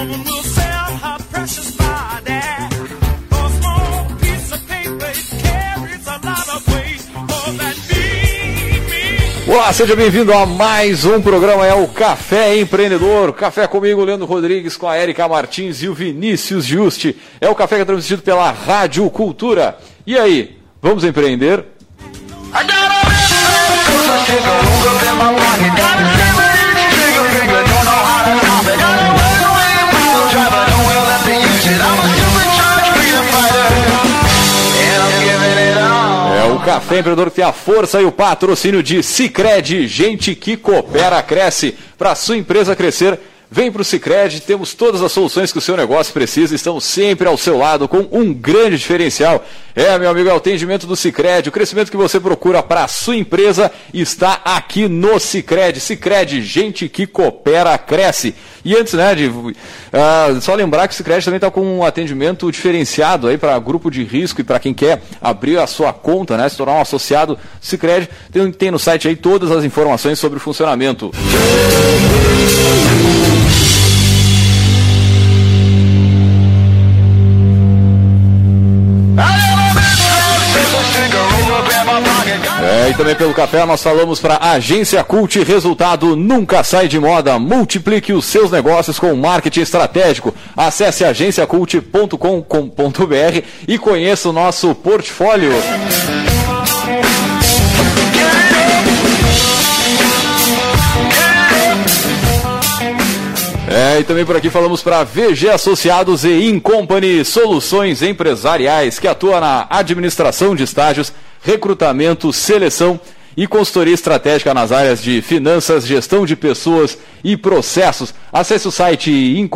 Olá, seja bem-vindo a mais um programa, é o Café Empreendedor. Café comigo, Leandro Rodrigues, com a Érica Martins e o Vinícius Juste. É o café que é transmitido pela Rádio Cultura. E aí, vamos empreender? O Café Empreendedor tem a força e o patrocínio de Sicredi, gente que coopera, cresce. Para a sua empresa crescer, vem para o Sicredi, temos todas as soluções que o seu negócio precisa, estamos sempre ao seu lado com um grande diferencial. Meu amigo, é o atendimento do Sicredi, o crescimento que você procura para a sua empresa está aqui no Sicredi. Sicredi, gente que coopera, cresce. E antes, só lembrar que o Sicredi também está com um atendimento diferenciado aí para grupo de risco e para quem quer abrir a sua conta, se tornar um associado Sicredi, tem no site aí todas as informações sobre o funcionamento. E também pelo café nós falamos para a Agência Cult, resultado nunca sai de moda. Multiplique os seus negócios com marketing estratégico. Acesse agenciacult.com.br e conheça o nosso portfólio. E também por aqui falamos para VG Associados e Incompany, soluções empresariais que atua na administração de estágios, recrutamento, seleção e consultoria estratégica nas áreas de finanças, gestão de pessoas e processos. Acesse o site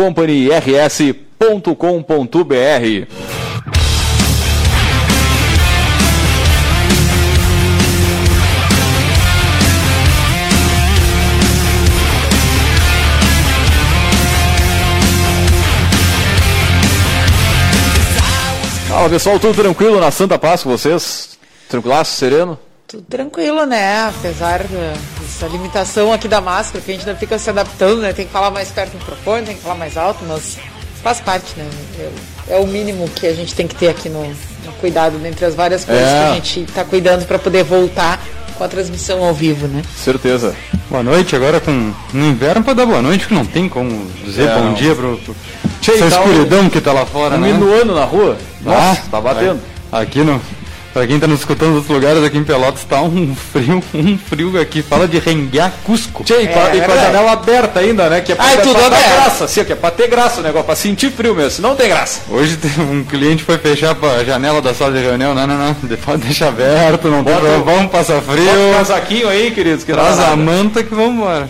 incompanyrs.com.br. Fala pessoal, tudo tranquilo na Santa Paz com vocês? Tranquilaço, sereno? Tudo tranquilo, apesar dessa limitação aqui da máscara, que a gente ainda fica se adaptando, Tem que falar mais perto do microfone, tem que falar mais alto, mas faz parte, É o mínimo que a gente tem que ter aqui no cuidado, dentre as várias coisas que a gente está cuidando para poder voltar com a transmissão ao vivo, Certeza. Boa noite, agora no inverno para dar boa noite, que não tem como dizer bom dia essa escuridão que tá lá fora, minuano na rua? Nossa, tá batendo. Aqui pra quem tá nos escutando dos outros lugares, aqui em Pelotas tá um frio aqui, fala de renguear Cusco. E com a janela aberta ainda, que é pra ter graça, assim, que é pra ter graça o negócio, pra sentir frio mesmo, senão não tem graça. Hoje um cliente foi fechar a janela da sala de reunião, não, pode deixar aberto, não tem problema, vamos passar frio. Bota um casaquinho aí, queridos. Traz a manta que vamos embora.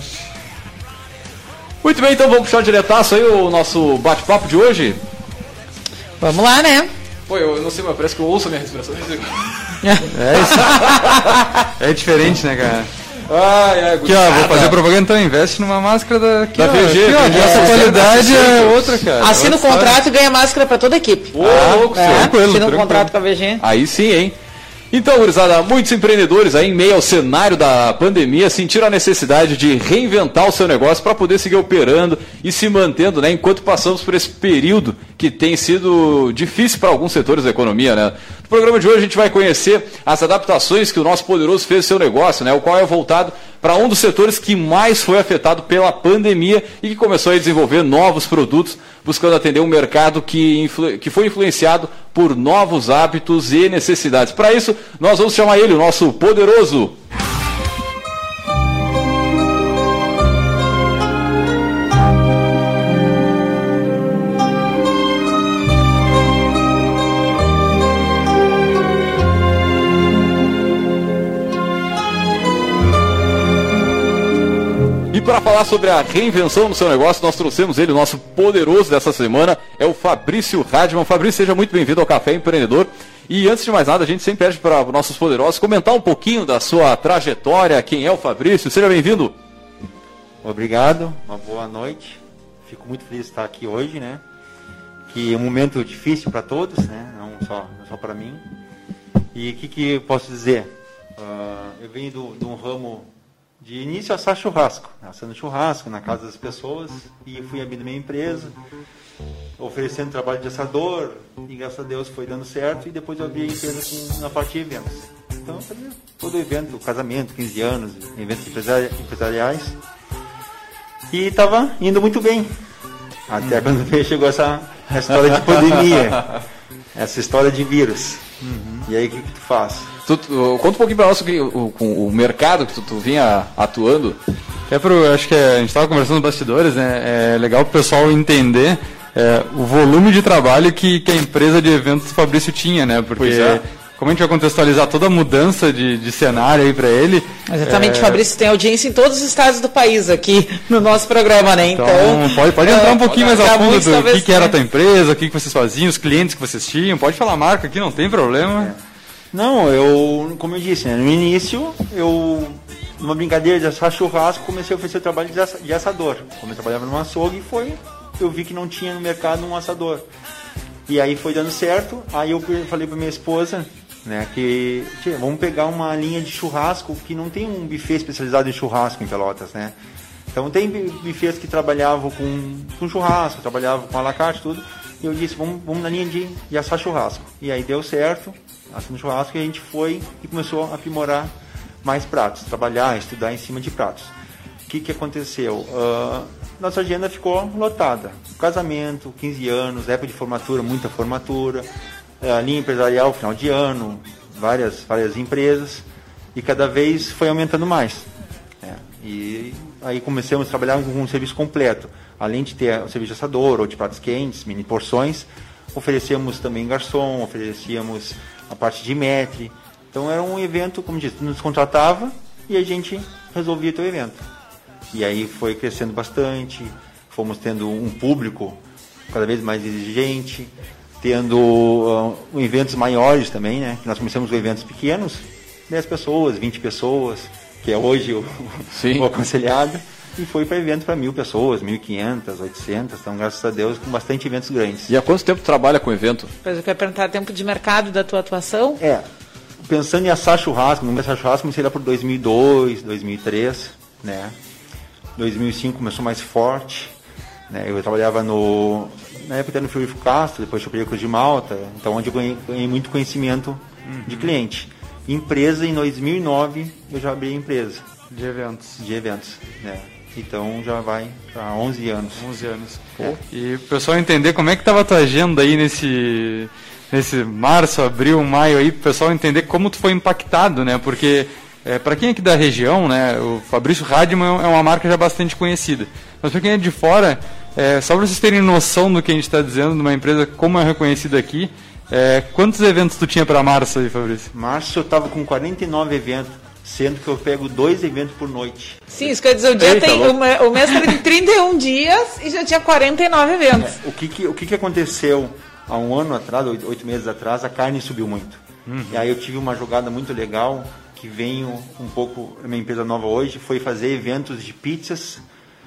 Muito bem, então vamos puxar diretaço aí o nosso bate-papo de hoje. Vamos lá, Pô, eu não sei, mas parece que eu ouço a minha respiração. É isso. É diferente, cara? Aqui, vou fazer propaganda, então investe numa máscara da VG. Essa qualidade é outra, cara. Assina o contrato e ganha máscara para toda a equipe. Assina o contrato com a VG. Aí sim, hein? Então, gurizada, muitos empreendedores aí, em meio ao cenário da pandemia, sentiram a necessidade de reinventar o seu negócio para poder seguir operando e se mantendo, enquanto passamos por esse período que tem sido difícil para alguns setores da economia, No programa de hoje a gente vai conhecer as adaptações que o nosso Poderoso fez ao seu negócio, o qual é voltado para um dos setores que mais foi afetado pela pandemia e que começou a desenvolver novos produtos, buscando atender um mercado que foi influenciado por novos hábitos e necessidades. Para isso, nós vamos chamar ele, o nosso Poderoso. E para falar sobre a reinvenção do seu negócio, nós trouxemos ele, o nosso Poderoso dessa semana, é o Fabrício Radman. Fabrício, seja muito bem-vindo ao Café Empreendedor. E antes de mais nada, a gente sempre pede para os nossos poderosos comentar um pouquinho da sua trajetória, quem é o Fabrício. Seja bem-vindo. Obrigado, uma boa noite. Fico muito feliz de estar aqui hoje, Que é um momento difícil para todos, Não só para mim. E o que eu posso dizer? Eu venho de um ramo De início, assar churrasco. Assando churrasco na casa das pessoas. E fui abrindo minha empresa, oferecendo trabalho de assador. E graças a Deus foi dando certo. E depois eu abri a empresa na parte de eventos. Então, eu fazia todo evento, casamento, 15 anos, eventos empresariais. E estava indo muito bem. Até quando chegou essa história de pandemia. Essa história de vírus. E aí, o que tu faz? Conta um pouquinho para nós com o mercado que tu vinha atuando. Acho que a gente estava conversando nos bastidores, né? É legal para o pessoal entender o volume de trabalho que a empresa de eventos Fabrício tinha, né? Porque como a gente vai contextualizar toda a mudança de cenário aí para ele... Exatamente, Fabrício tem audiência em todos os estados do país aqui no nosso programa, né? Então pode entrar um pouquinho mais a fundo do que era a tua empresa, o que vocês faziam, os clientes que vocês tinham. Pode falar a marca aqui, não tem problema. Não, como eu disse, né, no início, numa brincadeira de assar churrasco, comecei a oferecer o trabalho de assador. Como eu trabalhava numa açougue, eu vi que não tinha no mercado um assador. E aí foi dando certo, aí eu falei para minha esposa, né, que vamos pegar uma linha de churrasco, que não tem um buffet especializado em churrasco em Pelotas, né? Então tem buffets que trabalhavam com churrasco, trabalhavam com à la carte, tudo. E eu disse, vamos na linha de assar churrasco. E aí deu certo, assando churrasco, e a gente foi e começou a aprimorar mais pratos, trabalhar, estudar em cima de pratos. O que aconteceu? Nossa agenda ficou lotada. Casamento, 15 anos, época de formatura, muita formatura, linha empresarial, final de ano, várias empresas, e cada vez foi aumentando mais. E aí começamos a trabalhar com um serviço completo. Além de ter o serviço de assador ou de pratos quentes, mini porções, oferecíamos também garçom, oferecíamos a parte de maître. Então era um evento, como disse, nos contratava e a gente resolvia o evento. E aí foi crescendo bastante, fomos tendo um público cada vez mais exigente, tendo eventos maiores também, né? Que nós começamos com eventos pequenos, 10 pessoas, 20 pessoas, que é hoje o aconselhado, e foi para evento para 1.000 pessoas, 1.500, 800, então graças a Deus com bastante eventos grandes. E há quanto tempo tu trabalha com evento? Pois eu quero perguntar, tempo de mercado da tua atuação? Pensando em assar churrasco, no assar churrasco comecei lá por 2002, 2003, né? 2005 começou mais forte, né? Eu trabalhava na época no Frigorífico Castro, depois Choperia Cruz de Malta, então onde eu ganhei muito conhecimento de cliente. Empresa, em 2009 eu já abri a empresa. De eventos. Né? Então já vai para 11 anos. 11 anos. E o pessoal entender como é que estava a tua agenda aí nesse março, abril, maio aí, para o pessoal entender como tu foi impactado, né? Porque para quem é aqui da região, né, o Fabrício Radman é uma marca já bastante conhecida. Mas para quem é de fora, só para vocês terem noção do que a gente está dizendo, de uma empresa como é reconhecida aqui, quantos eventos tu tinha para março aí, Fabrício? Março eu estava com 49 eventos, sendo que eu pego 2 eventos por noite. Sim, isso quer dizer, o mês tem 31 dias e já tinha 49 eventos. O que aconteceu há um ano atrás, 8 meses atrás, a carne subiu muito. E aí eu tive uma jogada muito legal, que veio um pouco, a minha empresa nova hoje, foi fazer eventos de pizzas.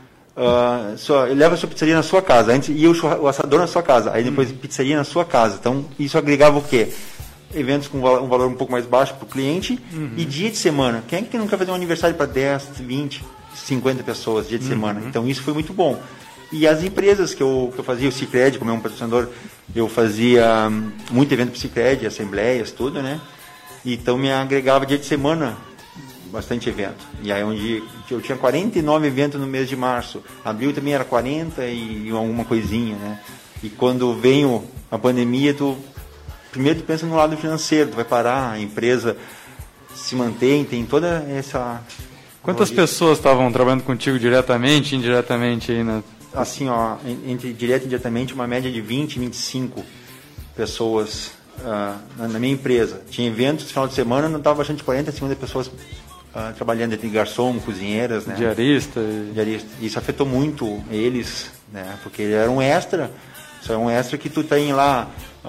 Leva a sua pizzaria na sua casa. Antes ia o assador na sua casa, aí depois pizzaria na sua casa. Então isso agregava o quê? Eventos com um valor um pouco mais baixo para o cliente e dia de semana. Quem é que não quer fazer um aniversário para 10, 20, 50 pessoas dia de semana? Então isso foi muito bom. E as empresas que eu fazia, o Sicredi, como é um patrocinador, eu fazia muito evento para o Sicredi, assembleias, tudo, né? Então me agregava dia de semana bastante evento. E aí onde eu tinha 49 eventos no mês de março. Abril também era 40 e alguma coisinha, né? E quando veio a pandemia, primeiro tu pensa no lado financeiro, tu vai parar, a empresa se mantém, tem toda essa... Quantas pessoas estavam trabalhando contigo diretamente e indiretamente aí na... Assim, entre direto e indiretamente, uma média de 20, 25 pessoas na minha empresa. Tinha eventos no final de semana, não estava bastante de 40, 50 pessoas trabalhando entre garçom, cozinheiras, né? Diarista. Isso afetou muito eles, né? Porque ele era um extra, só é um extra que tu tem lá,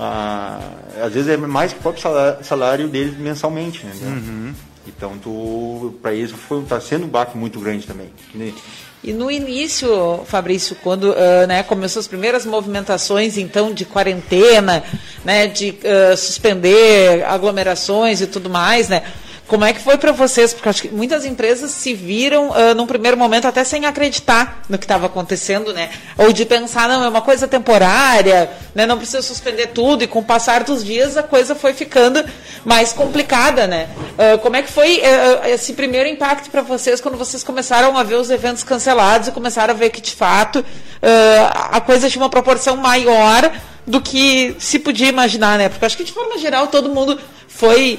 às vezes é mais que o próprio salário deles mensalmente, né? Então, para eles está sendo um baque muito grande também. E no início, Fabrício, quando começou as primeiras movimentações, então, de quarentena, né, de suspender aglomerações e tudo mais, né, Como é que foi para vocês? Porque acho que muitas empresas se viram, num primeiro momento, até sem acreditar no que estava acontecendo, né? Ou de pensar, não, é uma coisa temporária, né? Não precisa suspender tudo. E com o passar dos dias, a coisa foi ficando mais complicada, né? Como é que foi esse primeiro impacto para vocês quando vocês começaram a ver os eventos cancelados e começaram a ver que, de fato, a coisa tinha uma proporção maior do que se podia imaginar, né? Porque acho que, de forma geral, todo mundo foi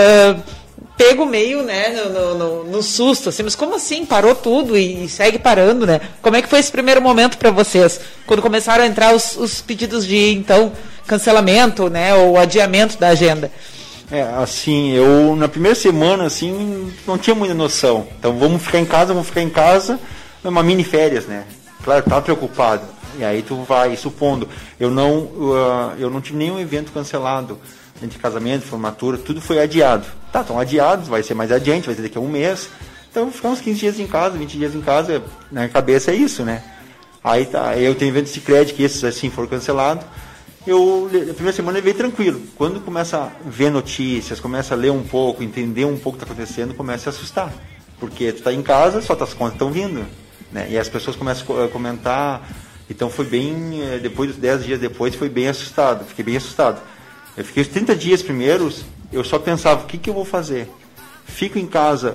pego meio, né, no susto, assim, mas como assim? Parou tudo e segue parando, né? Como é que foi esse primeiro momento para vocês? Quando começaram a entrar os pedidos de, então, cancelamento, né, ou adiamento da agenda? Assim, eu na primeira semana, assim, não tinha muita noção. Então, vamos ficar em casa, uma mini férias, né? Claro, estava preocupado. E aí tu vai, supondo, eu não tive nenhum evento cancelado, entre casamento, formatura, tudo foi adiado. Tá, estão adiados, vai ser mais adiante, vai ser daqui a um mês. Então, ficar uns 15 dias em casa, 20 dias em casa, na cabeça é isso, né? Aí tá, eu tenho evento de Sicredi, que esses assim foram cancelados. A primeira semana eu veio tranquilo. Quando começa a ver notícias, começa a ler um pouco, entender um pouco o que está acontecendo, começa a assustar. Porque tu está em casa, só as contas estão vindo, né? E as pessoas começam a comentar. Então foi bem, depois, 10 dias depois, foi bem assustado. Fiquei bem assustado. Eu fiquei os 30 dias primeiros, eu só pensava, o que eu vou fazer? Fico em casa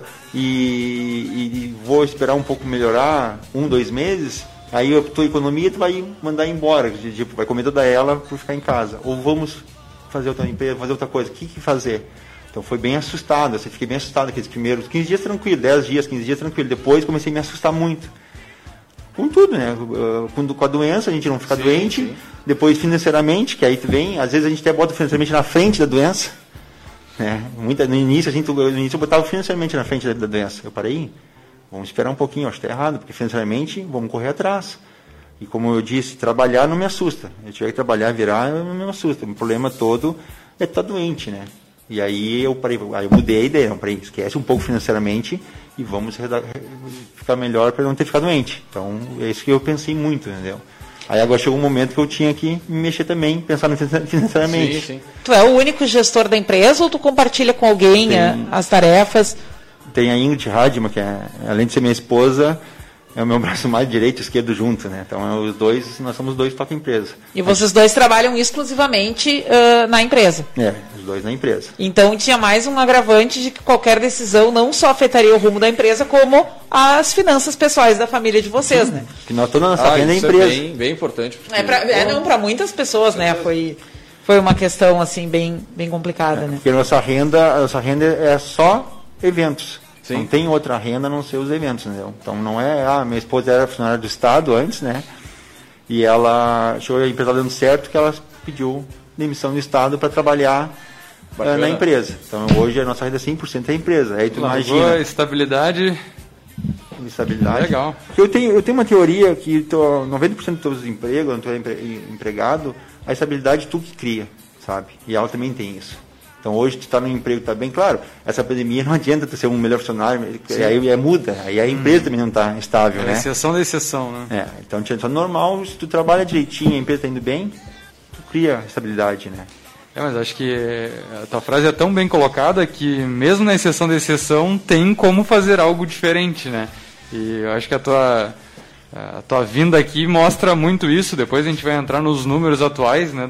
e vou esperar um pouco melhorar, 2 meses, aí a tua economia tu vai mandar embora, tipo, vai comer toda ela por ficar em casa. Ou vamos fazer outra empresa, fazer outra coisa, o que fazer? Então foi bem assustado, assim, fiquei bem assustado aqueles primeiros 15 dias tranquilo, 10 dias, 15 dias tranquilo. Depois comecei a me assustar muito. Com tudo, né? Com a doença, a gente não fica doente. Sim. Depois, financeiramente, que aí vem, às vezes a gente até bota financeiramente na frente da doença. Né? No início, eu botava financeiramente na frente da doença. Eu parei, vamos esperar um pouquinho, acho que está errado, porque financeiramente vamos correr atrás. E como eu disse, trabalhar não me assusta. Se eu tiver que trabalhar, virar, não me assusta. O problema todo é estar doente, né? E aí eu parei, aí eu mudei a ideia, não, parei, esquece um pouco financeiramente e vamos ficar melhor para não ter ficado doente. Então, é isso que eu pensei muito, entendeu? Aí agora chegou um momento que eu tinha que me mexer também, pensar financeiramente. Sim. Tu é o único gestor da empresa ou tu compartilha com alguém as tarefas? Tem a Ingrid Radima, que além de ser minha esposa, é o meu braço mais direito e esquerdo junto, né? Então, nós somos dois toca empresa. E vocês dois trabalham exclusivamente na empresa? Os dois na empresa. Então, tinha mais um agravante de que qualquer decisão não só afetaria o rumo da empresa, como as finanças pessoais da família de vocês, né? Que nós toda a nossa renda é empresa. É bem importante. Para muitas pessoas, né? Foi uma questão, assim, bem complicada, né? Porque a nossa renda é só eventos. Sim. Não tem outra renda a não ser os eventos, entendeu? Então não é, minha esposa era funcionária do Estado antes, né? E ela chegou a empresa dando certo que ela pediu demissão do Estado para trabalhar na empresa. Então hoje a nossa renda é 100% da empresa. Aí tu imagina. Estabilidade. Legal. Eu tenho uma teoria que 90% dos teus empregos, quando tu é empregado, a estabilidade tu que cria, sabe? E ela também tem isso. Então hoje tu está no emprego, está bem claro, essa pandemia não adianta tu ser um melhor funcionário, aí muda, aí a empresa também não está estável, né? Exceção da exceção, né? Então é normal, se tu trabalha direitinho, a empresa está indo bem, tu cria estabilidade, né? Mas acho que a tua frase é tão bem colocada que mesmo na exceção da exceção tem como fazer algo diferente, né? E eu acho que a tua vinda aqui mostra muito isso. Depois a gente vai entrar nos números atuais, né,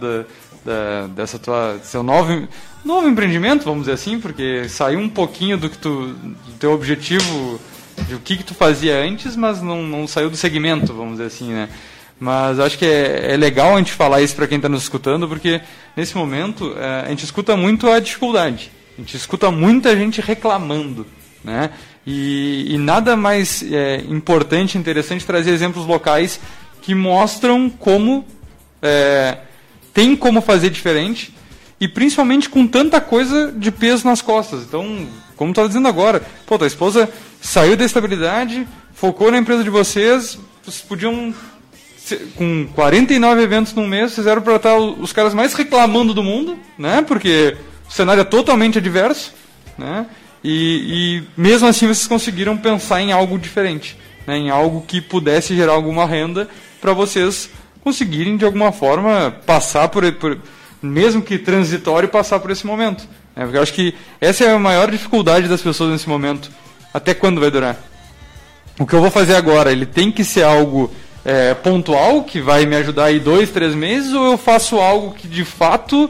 seu novo empreendimento, vamos dizer assim, porque saiu um pouquinho do teu objetivo, de o que tu fazia antes, mas não saiu do segmento, vamos dizer assim, né? Mas acho que é legal a gente falar isso para quem está nos escutando, porque nesse momento a gente escuta muito a dificuldade, a gente escuta muita gente reclamando, né? E nada mais importante, interessante trazer exemplos locais que mostram como tem como fazer diferente, e principalmente com tanta coisa de peso nas costas. Então, como estava dizendo agora, tua esposa saiu da estabilidade, focou na empresa de vocês podiam, com 49 eventos num mês, fizeram para estar os caras mais reclamando do mundo, né? Porque o cenário é totalmente adverso, né? E mesmo assim vocês conseguiram pensar em algo diferente, né? Em algo que pudesse gerar alguma renda para vocês conseguirem de alguma forma passar por mesmo que transitório, passar por esse momento. Né? Porque eu acho que essa é a maior dificuldade das pessoas nesse momento. Até quando vai durar? O que eu vou fazer agora, ele tem que ser algo pontual, que vai me ajudar aí 2, 3 meses, ou eu faço algo que de fato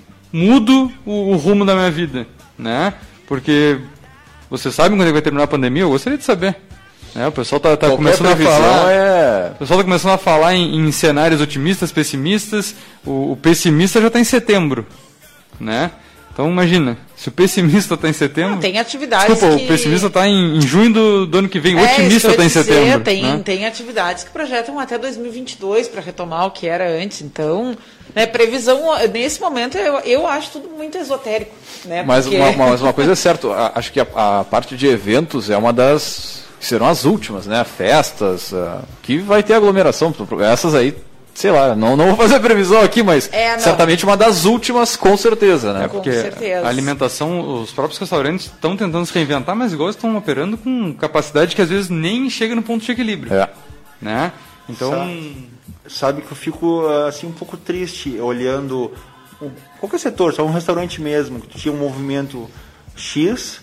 mudo o rumo da minha vida? Né? Porque você sabe quando vai terminar a pandemia? Eu gostaria de saber. O pessoal tá começando a falar. O pessoal está começando a falar em cenários otimistas, pessimistas. O pessimista já está em setembro, né? Então imagina, se o pessimista está em setembro. Tem atividades. Desculpa, o pessimista está em junho do ano que vem. O otimista está em setembro. Tem atividades que projetam até 2022 para retomar o que era antes. Então, previsão nesse momento eu acho tudo muito esotérico, né? Mas uma coisa é certa. Acho que a parte de eventos é uma das que serão as últimas, né? Festas, que vai ter aglomeração. Essas aí, sei lá, não vou fazer previsão aqui, mas certamente uma das últimas, com certeza, né? Porque a alimentação, os próprios restaurantes estão tentando se reinventar, mas igual estão operando com capacidade que às vezes nem chega no ponto de equilíbrio. Né? Então... Sabe que eu fico assim um pouco triste olhando qualquer setor, só um restaurante mesmo, que tinha um movimento X...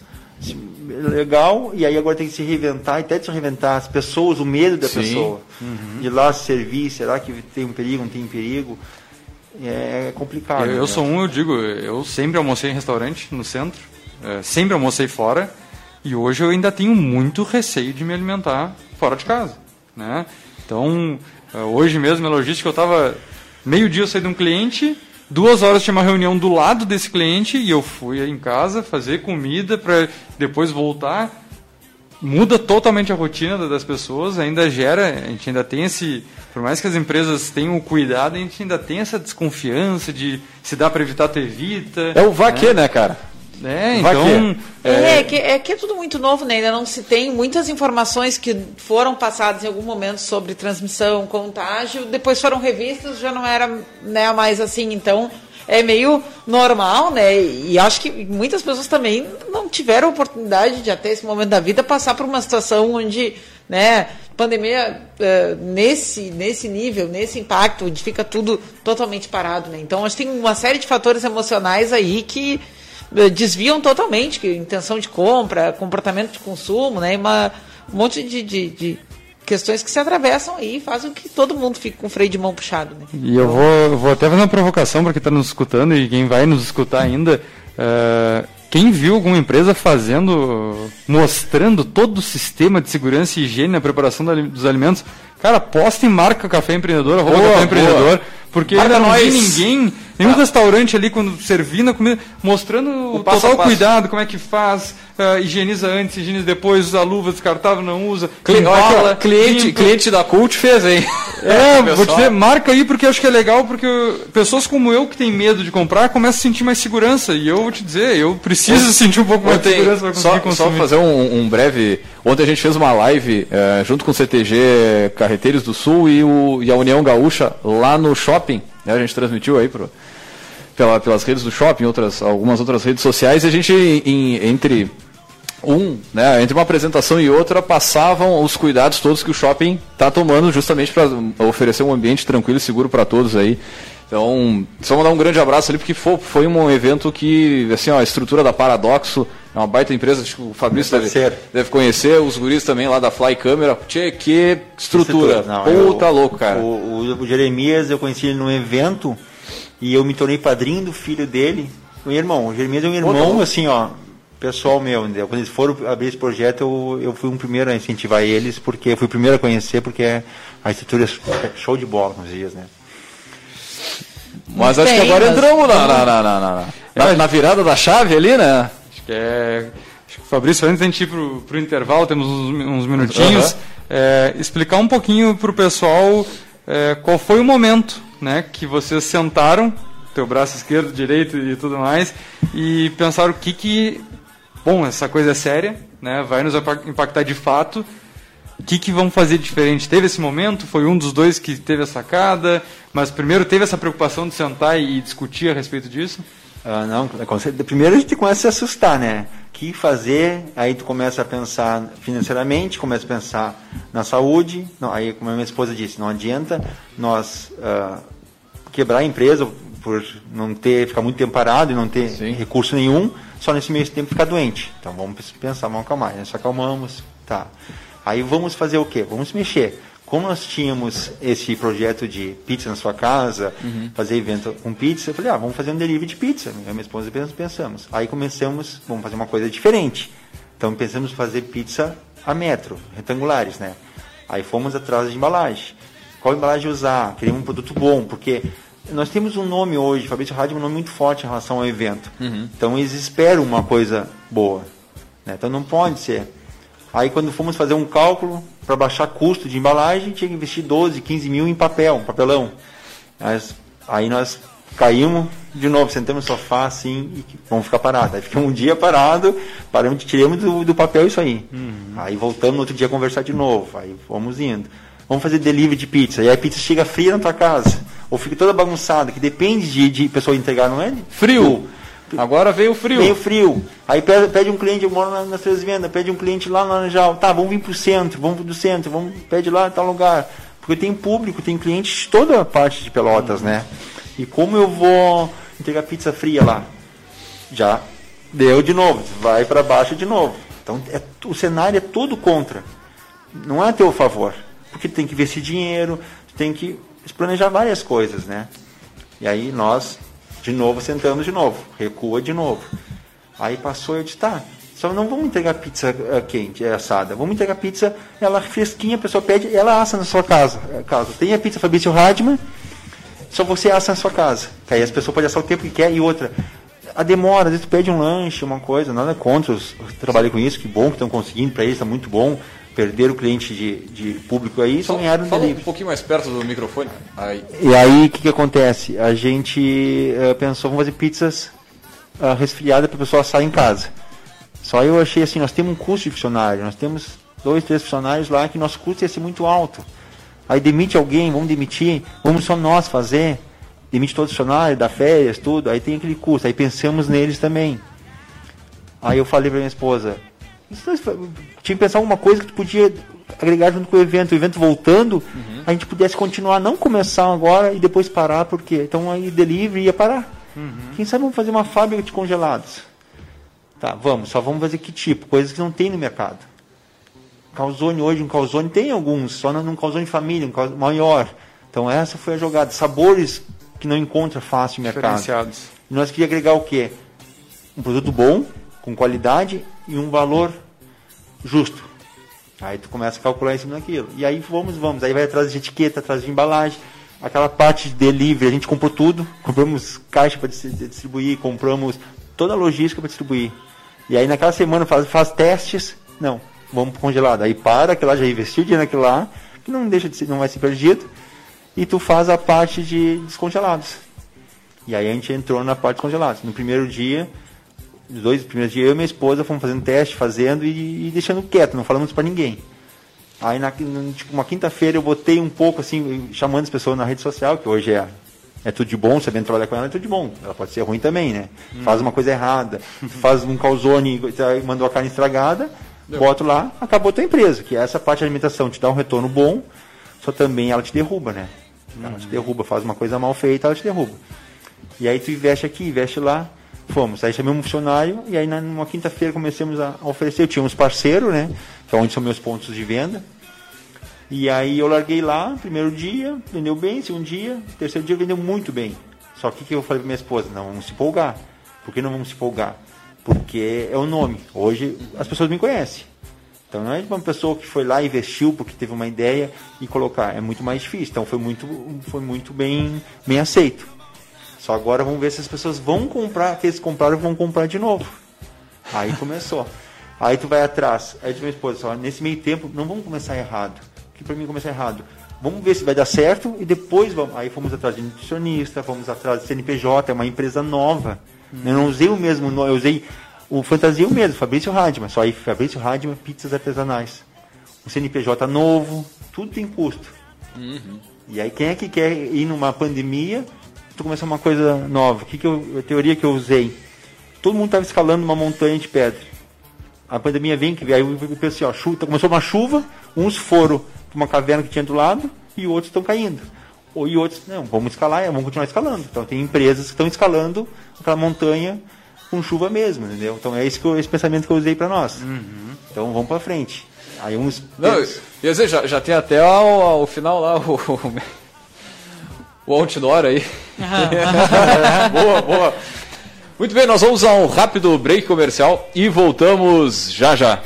legal, e aí agora tem que se reinventar, e até de se reinventar as pessoas, o medo da pessoa, de ir lá se servir, será que tem um perigo, não tem perigo? É complicado. Eu sou eu sempre almocei em restaurante no centro, sempre almocei fora, e hoje eu ainda tenho muito receio de me alimentar fora de casa, né? Então, hoje mesmo, na logística, eu estava meio-dia, eu saí de um cliente, 2 horas tinha uma reunião do lado desse cliente e eu fui em casa fazer comida para depois voltar. Muda totalmente a rotina das pessoas, ainda gera, a gente ainda tem por mais que as empresas tenham o cuidado, a gente ainda tem essa desconfiança de se dá para evitar, tu evita. É o vaquê, né, cara? Então... que é tudo muito novo, né? Ainda não se tem muitas informações que foram passadas em algum momento sobre transmissão, contágio, depois foram revistas, já não era, né, mais assim, então é meio normal, né? E acho que muitas pessoas também não tiveram oportunidade de até esse momento da vida passar por uma situação onde, né, pandemia nesse nível, nesse impacto, onde fica tudo totalmente parado, né? Então acho que tem uma série de fatores emocionais aí que desviam totalmente, que intenção de compra, comportamento de consumo, né? Um monte de questões que se atravessam aí e fazem que todo mundo fique com o freio de mão puxado, né? E eu vou até fazer uma provocação para quem está nos escutando e quem vai nos escutar ainda. Quem viu alguma empresa mostrando todo o sistema de segurança e higiene na preparação dos alimentos, cara, posta em marca Café Empreendedor, @Café Empreendedor, porque ainda não vi ninguém, nenhum restaurante ali, quando servindo a comida, mostrando o total cuidado, como é que faz, higieniza antes, higieniza depois, usa luva descartável, não usa. Cliente da Cult fez, hein? Vou te dizer, marca aí, porque eu acho que é legal, porque pessoas como eu, que tem medo de comprar, começam a sentir mais segurança, e eu vou te dizer, eu preciso sentir um pouco mais de segurança para conseguir consumir. Só fazer um breve... Ontem a gente fez uma live junto com o CTG Carreteiros do Sul e a União Gaúcha lá no shopping, né? A gente transmitiu aí pelas redes do shopping, algumas outras redes sociais, e a gente, entre uma apresentação e outra, passavam os cuidados todos que o shopping está tomando justamente para oferecer um ambiente tranquilo e seguro para todos aí. Então, só mandar um grande abraço ali, porque foi um evento que, assim, a estrutura da Paradoxo é uma baita empresa, acho que o Fabrício deve conhecer, os guris também lá da Fly Câmera. Tchê, que estrutura. Tá louco, cara. O Jeremias, eu conheci ele num evento e eu me tornei padrinho do filho dele, o Jeremias é um irmão, assim, ó, pessoal meu, entendeu? Quando eles foram abrir esse projeto, eu fui o primeiro a incentivar eles, porque eu fui o primeiro a conhecer, porque a estrutura é show de bola nos dias, né? Mas acho que agora entramos na virada da chave ali, né? Acho que o Fabrício, antes da gente ir pro intervalo, temos uns minutinhos, explicar um pouquinho pro pessoal qual foi o momento, né, que vocês sentaram, teu braço esquerdo, direito e tudo mais, e pensaram bom, essa coisa é séria, né, vai nos impactar de fato. O que vão fazer diferente? Teve esse momento? Foi um dos dois que teve a sacada? Mas primeiro teve essa preocupação de sentar e discutir a respeito disso? Não, primeiro a gente começa a se assustar, né? O que fazer? Aí tu começa a pensar financeiramente, começa a pensar na saúde. Não, aí, como a minha esposa disse, não adianta nós quebrar a empresa por não ficar muito tempo parado e não ter recurso nenhum, só nesse meio tempo ficar doente. Então vamos pensar, vamos acalmar. Nós acalmamos, tá. Aí vamos fazer o quê? Vamos mexer. Como nós tínhamos esse projeto de pizza na sua casa, fazer evento com pizza, eu falei, vamos fazer um delivery de pizza. Eu e minha esposa pensamos. Aí começamos, vamos fazer uma coisa diferente. Então pensamos em fazer pizza a metro, retangulares, né? Aí fomos atrás de embalagem. Qual embalagem usar? Queríamos um produto bom, porque nós temos um nome hoje, Fabrício Radman, um nome muito forte em relação ao evento. Então eles esperam uma coisa boa, né? Então não pode ser. Aí quando fomos fazer um cálculo para baixar custo de embalagem, tinha que investir 12, 15 mil em papelão. Aí nós caímos de novo, sentamos no sofá assim e vamos ficar parados. Aí ficamos um dia parado, tiramos do papel isso aí. Aí voltamos no outro dia a conversar de novo, aí fomos indo. Vamos fazer delivery de pizza, e aí a pizza chega fria na tua casa, ou fica toda bagunçada, que depende de pessoa entregar, não é? Frio! Agora veio o frio. Veio frio. Aí pede um cliente, eu moro nas Três Vendas, pede um cliente lá no Laranjal. Tá, vamos vir pro centro, vamos do centro, pede lá em tal lugar. Porque tem público, tem clientes de toda a parte de Pelotas, né? E como eu vou entregar pizza fria lá? Já deu de novo, vai para baixo de novo. Então o cenário é todo contra. Não é a teu favor. Porque tu tem que investir dinheiro, tu tem que planejar várias coisas, né? E aí nós... de novo, sentamos de novo, recua de novo. Aí passou, eu disse, tá, só não vamos entregar pizza quente, assada, vamos entregar pizza, ela fresquinha, a pessoa pede, ela assa na sua casa. Tem a pizza Fabrício Radman, só você assa na sua casa, que aí as pessoas podem assar o tempo que quer, e outra, a demora, às vezes tu pede um lanche, uma coisa, nada contra, eu trabalhei com isso, que bom que estão conseguindo, para eles está muito bom, perder o cliente de público aí, só ganharam um delivery. Um pouquinho mais perto do microfone. Aí. E aí, o que acontece? A gente pensou, vamos fazer pizzas resfriadas para a pessoa assar em casa. Só eu achei assim, nós temos um custo de funcionário, nós temos 2, 3 funcionários lá, que nosso custo ia ser muito alto. Aí demite alguém, vamos demitir, vamos só nós fazer, demite todos os funcionários, dá férias, tudo, aí tem aquele custo, aí pensamos neles também. Aí eu falei para minha esposa, tinha que pensar alguma coisa que tu podia agregar junto com o evento voltando, a gente pudesse continuar, não começar agora e depois parar, porque então aí delivery ia parar. Quem sabe vamos fazer uma fábrica de congelados? Tá, só vamos fazer que tipo? Coisas que não tem no mercado. Calzone hoje, um calzone tem alguns, só num calzone família, um calzone maior. Então essa foi a jogada. Sabores que não encontra fácil no mercado. E nós queríamos agregar o quê? Um produto bom, com qualidade e um valor justo. Aí tu começa a calcular em cima daquilo. E aí vamos. Aí vai atrás de etiqueta, atrás de embalagem. Aquela parte de delivery, a gente comprou tudo. Compramos caixa para distribuir, compramos toda a logística para distribuir. E aí naquela semana faz testes. Não, vamos pro congelado. Aí que lá já investiu dinheiro naquilo lá, que não vai ser perdido. E tu faz a parte de descongelados. E aí a gente entrou na parte de congelados. No primeiro dia, os 2 primeiros dias, eu e minha esposa fomos fazendo teste, e deixando quieto, não falamos para ninguém. Aí, uma quinta-feira, eu botei um pouco, assim, chamando as pessoas na rede social, que hoje é tudo de bom, sabendo trabalhar com ela é tudo de bom. Ela pode ser ruim também, né? Faz uma coisa errada, faz um calzone, mandou a carne estragada, bota lá, acabou a tua empresa, que é essa parte de alimentação, te dá um retorno bom, só também ela te derruba, né? Ela te derruba, faz uma coisa mal feita, ela te derruba. E aí tu investe aqui, investe lá. Fomos, aí chamei um funcionário e aí numa quinta-feira começamos a oferecer, eu tinha uns parceiros, né, que é onde são meus pontos de venda, e aí eu larguei lá, primeiro dia, vendeu bem, segundo dia, terceiro dia vendeu muito bem, só que eu falei para minha esposa, não vamos se empolgar. Por que não vamos se empolgar? Porque é o nome, hoje as pessoas me conhecem, então não é uma pessoa que foi lá e investiu porque teve uma ideia e colocar, é muito mais difícil, então foi muito bem aceito. Só agora vamos ver se as pessoas vão comprar, que eles compraram vão comprar de novo. Aí começou. Aí tu vai atrás. Aí tu minha esposa, nesse meio tempo, não vamos começar errado. Que para mim começar errado. Vamos ver se vai dar certo e depois vamos. Aí fomos atrás de nutricionista, fomos atrás de CNPJ, é uma empresa nova. Eu não usei o mesmo nome, eu usei o fantasia mesmo, Fabrício Radman. Só aí Fabrício Radman, pizzas artesanais. O CNPJ novo, tudo tem custo. E aí quem é que quer ir numa pandemia? Tu começar uma coisa nova. A teoria que eu usei? Todo mundo estava escalando uma montanha de pedra. A pandemia vem, aí eu pensei, começou uma chuva, uns foram para uma caverna que tinha do lado e outros estão caindo. E outros, não, vamos escalar, vamos continuar escalando. Então tem empresas que estão escalando aquela montanha com chuva mesmo, entendeu? Então é esse pensamento que eu usei para nós. Então vamos para frente. Aí uns... Não, quer dizer, já tem até o final lá, o outdoor aí. Boa. Muito bem, nós vamos a um rápido break comercial e voltamos já.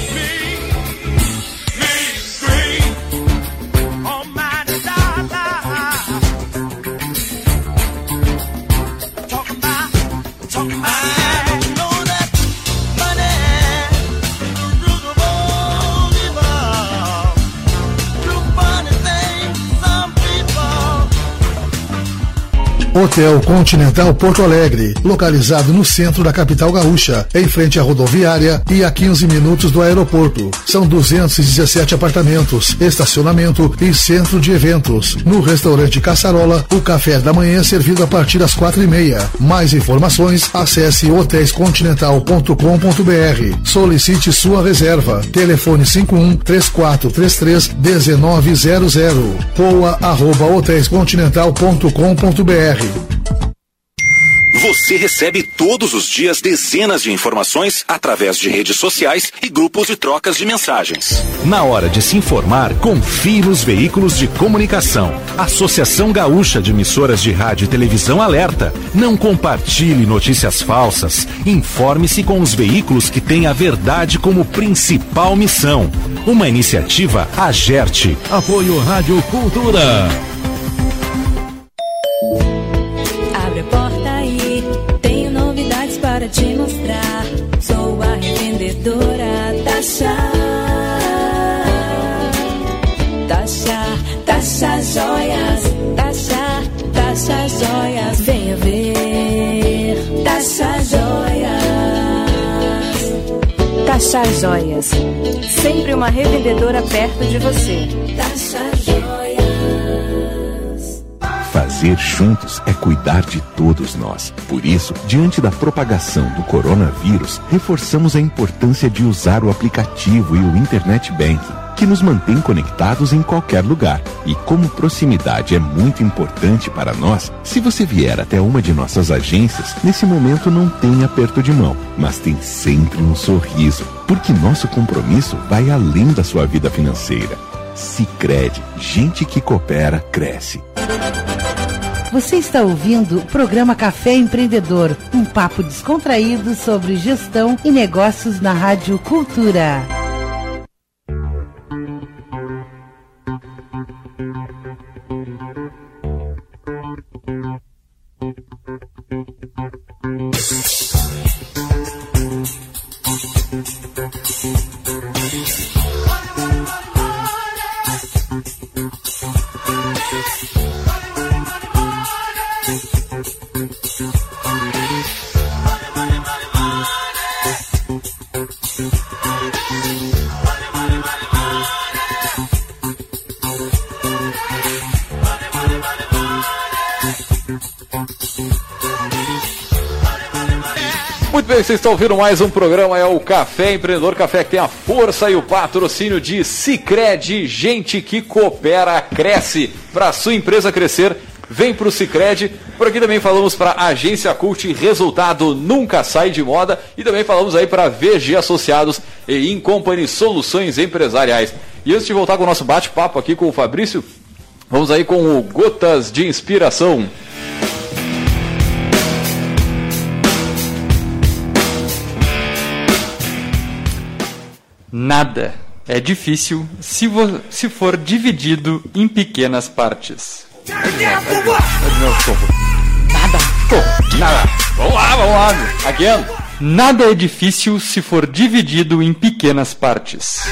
Hotel Continental Porto Alegre, localizado no centro da capital gaúcha, em frente à rodoviária e a 15 minutos do aeroporto. São 217 apartamentos, estacionamento e centro de eventos. No restaurante Caçarola, o café da manhã é servido a partir das 4h30. Mais informações, acesse hotelscontinental.com.br. Solicite sua reserva. Telefone 51-3433-1900. poa@hotelscontinental.com.br. Você recebe todos os dias dezenas de informações através de redes sociais e grupos de trocas de mensagens. Na hora de se informar, confie nos veículos de comunicação. Associação Gaúcha de Emissoras de Rádio e Televisão alerta. Não compartilhe notícias falsas. Informe-se com os veículos que têm a verdade como principal missão. Uma iniciativa Agerte. Apoio Rádio Cultura. Abre a porta aí, tenho novidades para te mostrar. Sou a revendedora Tasha. Tasha Joias, Tasha Joias, venha ver. Tasha Joias, Tasha Joias, sempre uma revendedora perto de você. Tasha Joias. Fazer juntos é cuidar de todos nós. Por isso, diante da propagação do coronavírus, reforçamos a importância de usar o aplicativo e o Internet Banking, que nos mantém conectados em qualquer lugar. E como proximidade é muito importante para nós, se você vier até uma de nossas agências, nesse momento não tem aperto de mão, mas tem sempre um sorriso, porque nosso compromisso vai além da sua vida financeira. Sicredi, gente que coopera, cresce. Você está ouvindo o programa Café Empreendedor, um papo descontraído sobre gestão e negócios na Rádio Cultura. Muito bem, vocês estão ouvindo mais um programa, é o Café Empreendedor, café que tem a força e o patrocínio de Sicredi, gente que coopera, cresce. Para a sua empresa crescer, vem para o Sicredi. Por aqui também falamos para a Agência Cult, resultado nunca sai de moda. E também falamos aí para VG Associados e Incompany Soluções Empresariais. E antes de voltar com o nosso bate-papo aqui com o Fabrício, vamos aí com o Gotas de Inspiração. Nada é difícil se for dividido em pequenas partes. Nada. Vamos lá. Again. Nada é difícil se for dividido em pequenas partes.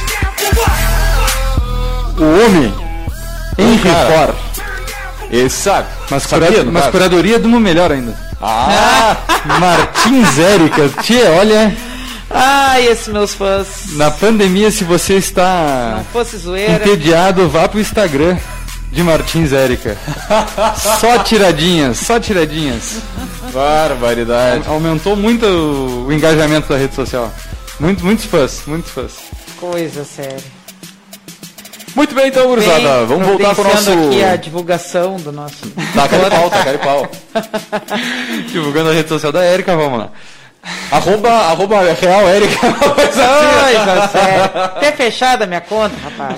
O homem, Henry Ford. Esse sabe. Mas curadoria do melhor ainda. Martins Érica. Tia, olha... Ai, esses meus fãs. Na pandemia, se você está não fosse zoeira, entediado, vá pro Instagram de Martins Érica. Só tiradinhas. Barbaridade. Aumentou muito o engajamento da rede social. Muitos fãs. Coisa séria. Muito bem, então, gurizada. Vamos voltar para o nosso... aqui a divulgação do nosso... Taca de pau. Divulgando a rede social da Érica, vamos lá. Arroba real Érica. Coisa séria. Até fechada a minha conta, rapaz.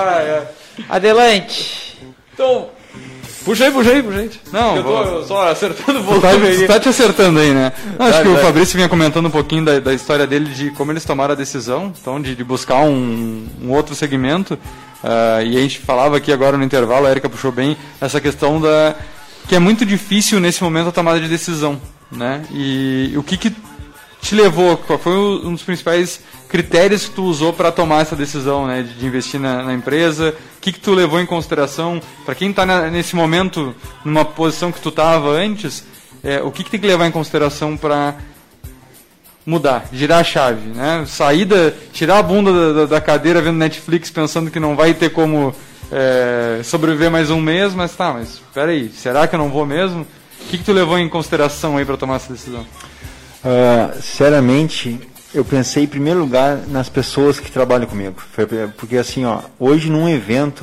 Adelante. Então, puxa aí, gente. Não, eu tô só acertando o Tu tá te acertando aí, né? Não, acho que o Fabrício vinha comentando um pouquinho da história dele, de como eles tomaram a decisão, então, de buscar um outro segmento. E a gente falava aqui agora no intervalo, a Érica puxou bem essa questão que é muito difícil nesse momento a tomada de decisão, né? E o que te levou, qual foi um dos principais critérios que tu usou para tomar essa decisão, né, de investir na empresa? O que tu levou em consideração? Para quem está nesse momento, numa posição que tu estava antes, o que tem que levar em consideração para mudar, girar a chave, né? Tirar a bunda da cadeira vendo Netflix pensando que não vai ter como sobreviver mais um mês, mas espera aí, será que eu não vou mesmo? O que tu levou em consideração aí para tomar essa decisão? Sinceramente, eu pensei em primeiro lugar nas pessoas que trabalham comigo, porque assim, hoje num evento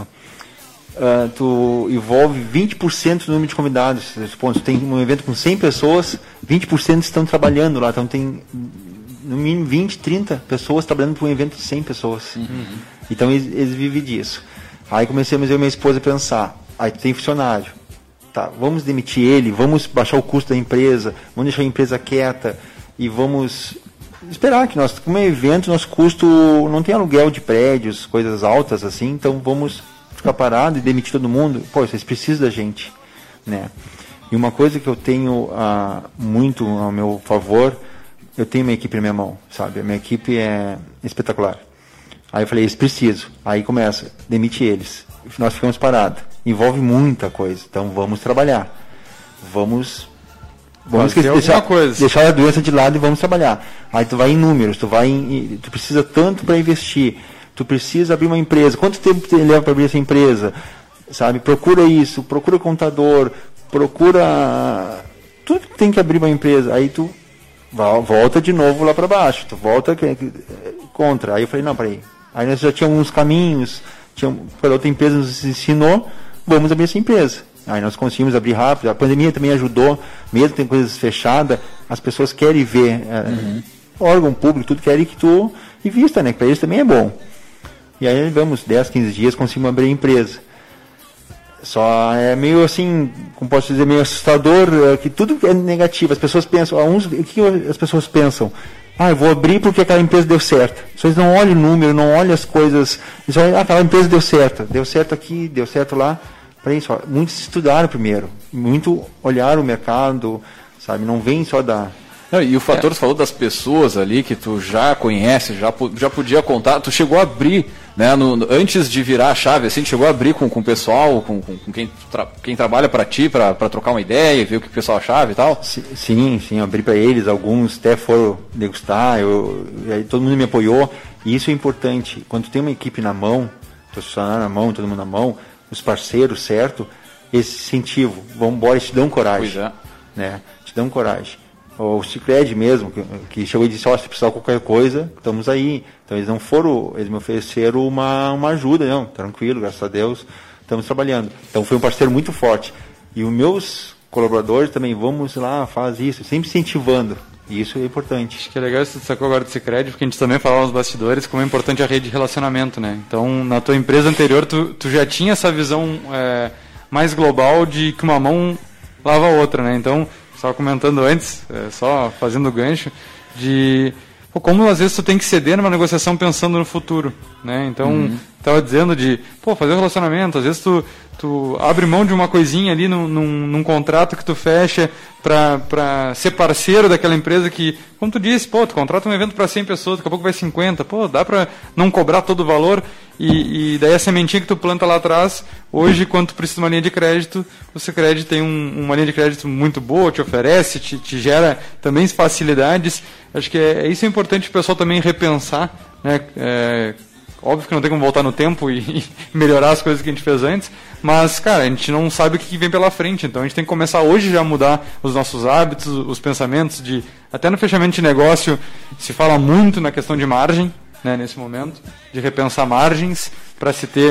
tu envolve 20% do número de convidados. Tu tem um evento com 100 pessoas, 20% estão trabalhando lá, então tem no mínimo 20, 30 pessoas trabalhando para um evento de 100 pessoas. Então eles vivem disso. Aí começamos eu e minha esposa a pensar, aí tem funcionário, tá, vamos demitir ele, vamos baixar o custo da empresa, vamos deixar a empresa quieta e vamos esperar que como evento, nosso custo não tem aluguel de prédios, coisas altas assim, então vamos ficar parado e demitir todo mundo. Vocês precisam da gente, né? E uma coisa que eu tenho muito ao meu favor, eu tenho minha equipe na minha mão, sabe? A minha equipe é espetacular. Aí eu falei, eles precisam. Aí começa, demite eles. Nós ficamos parados. Envolve muita coisa. Então vamos trabalhar. Vamos deixar a doença de lado e vamos trabalhar. Aí tu vai em números, tu precisa tanto para investir. Tu precisa abrir uma empresa. Quanto tempo leva para abrir essa empresa? Sabe? Procura isso, procura contador, procura tudo que tem que abrir uma empresa. Aí tu volta de novo lá para baixo. Tu volta contra. Aí eu falei, não, peraí. Aí nós já tínhamos uns caminhos, pela outra empresa nos ensinou, vamos abrir essa empresa. Aí nós conseguimos abrir rápido. A pandemia também ajudou, mesmo tem coisas fechadas, as pessoas querem ver, órgão público, tudo querem que tu invista, né? Que para eles também é bom. E aí vamos, 10, 15 dias, conseguimos abrir a empresa. Só é meio assim, como posso dizer, meio assustador, que tudo é negativo. As pessoas pensam, o que as pessoas pensam? Eu vou abrir porque aquela empresa deu certo. Vocês não olham o número, não olham as coisas. Eles olham, aquela empresa deu certo aqui, deu certo lá. Para isso, muitos estudaram primeiro, muito olharam o mercado, sabe? Não vem só da... Não, e o fator, você falou das pessoas ali que tu já conhece, já podia contar, tu chegou a abrir, né, antes de virar a chave, assim, tu chegou a abrir com o pessoal, com quem trabalha para ti, para trocar uma ideia, ver o que o pessoal achava e tal? Sim, abri para eles, alguns até foram degustar, aí todo mundo me apoiou, e isso é importante, quando tu tem uma equipe na mão, teu funcionário na mão, todo mundo na mão, os parceiros, certo? Esse incentivo, vamos embora, te dão coragem, pois é. Né? Te dão coragem. O Sicredi mesmo, que chegou e disse, se precisar de qualquer coisa, estamos aí. Então eles me ofereceram uma ajuda, não, tranquilo, graças a Deus, estamos trabalhando. Então foi um parceiro muito forte. E os meus colaboradores também, vamos lá, faz isso, sempre incentivando. E isso é importante. Acho que é legal você destacou agora do Sicredi, porque a gente também falava nos bastidores como é importante a rede de relacionamento, né? Então, na tua empresa anterior, tu já tinha essa visão mais global de que uma mão lava a outra, né? Então, estava comentando antes, só fazendo o gancho, de como às vezes tu tem que ceder numa negociação pensando no futuro, né? Então, estava dizendo de fazer um relacionamento, às vezes tu abre mão de uma coisinha ali num contrato que tu fecha para ser parceiro daquela empresa que, como tu disse, tu contrata um evento para 100 pessoas, daqui a pouco vai 50, dá para não cobrar todo o valor e daí a sementinha que tu planta lá atrás, hoje quando tu precisa de uma linha de crédito, o Sicredi tem uma linha de crédito muito boa, te oferece, te gera também facilidades. Acho que isso é importante o pessoal também repensar, né? Óbvio que não tem como voltar no tempo e melhorar as coisas que a gente fez antes, mas, cara, a gente não sabe o que vem pela frente, então a gente tem que começar hoje já a mudar os nossos hábitos, os pensamentos, até no fechamento de negócio se fala muito na questão de margem, né, nesse momento, de repensar margens para se ter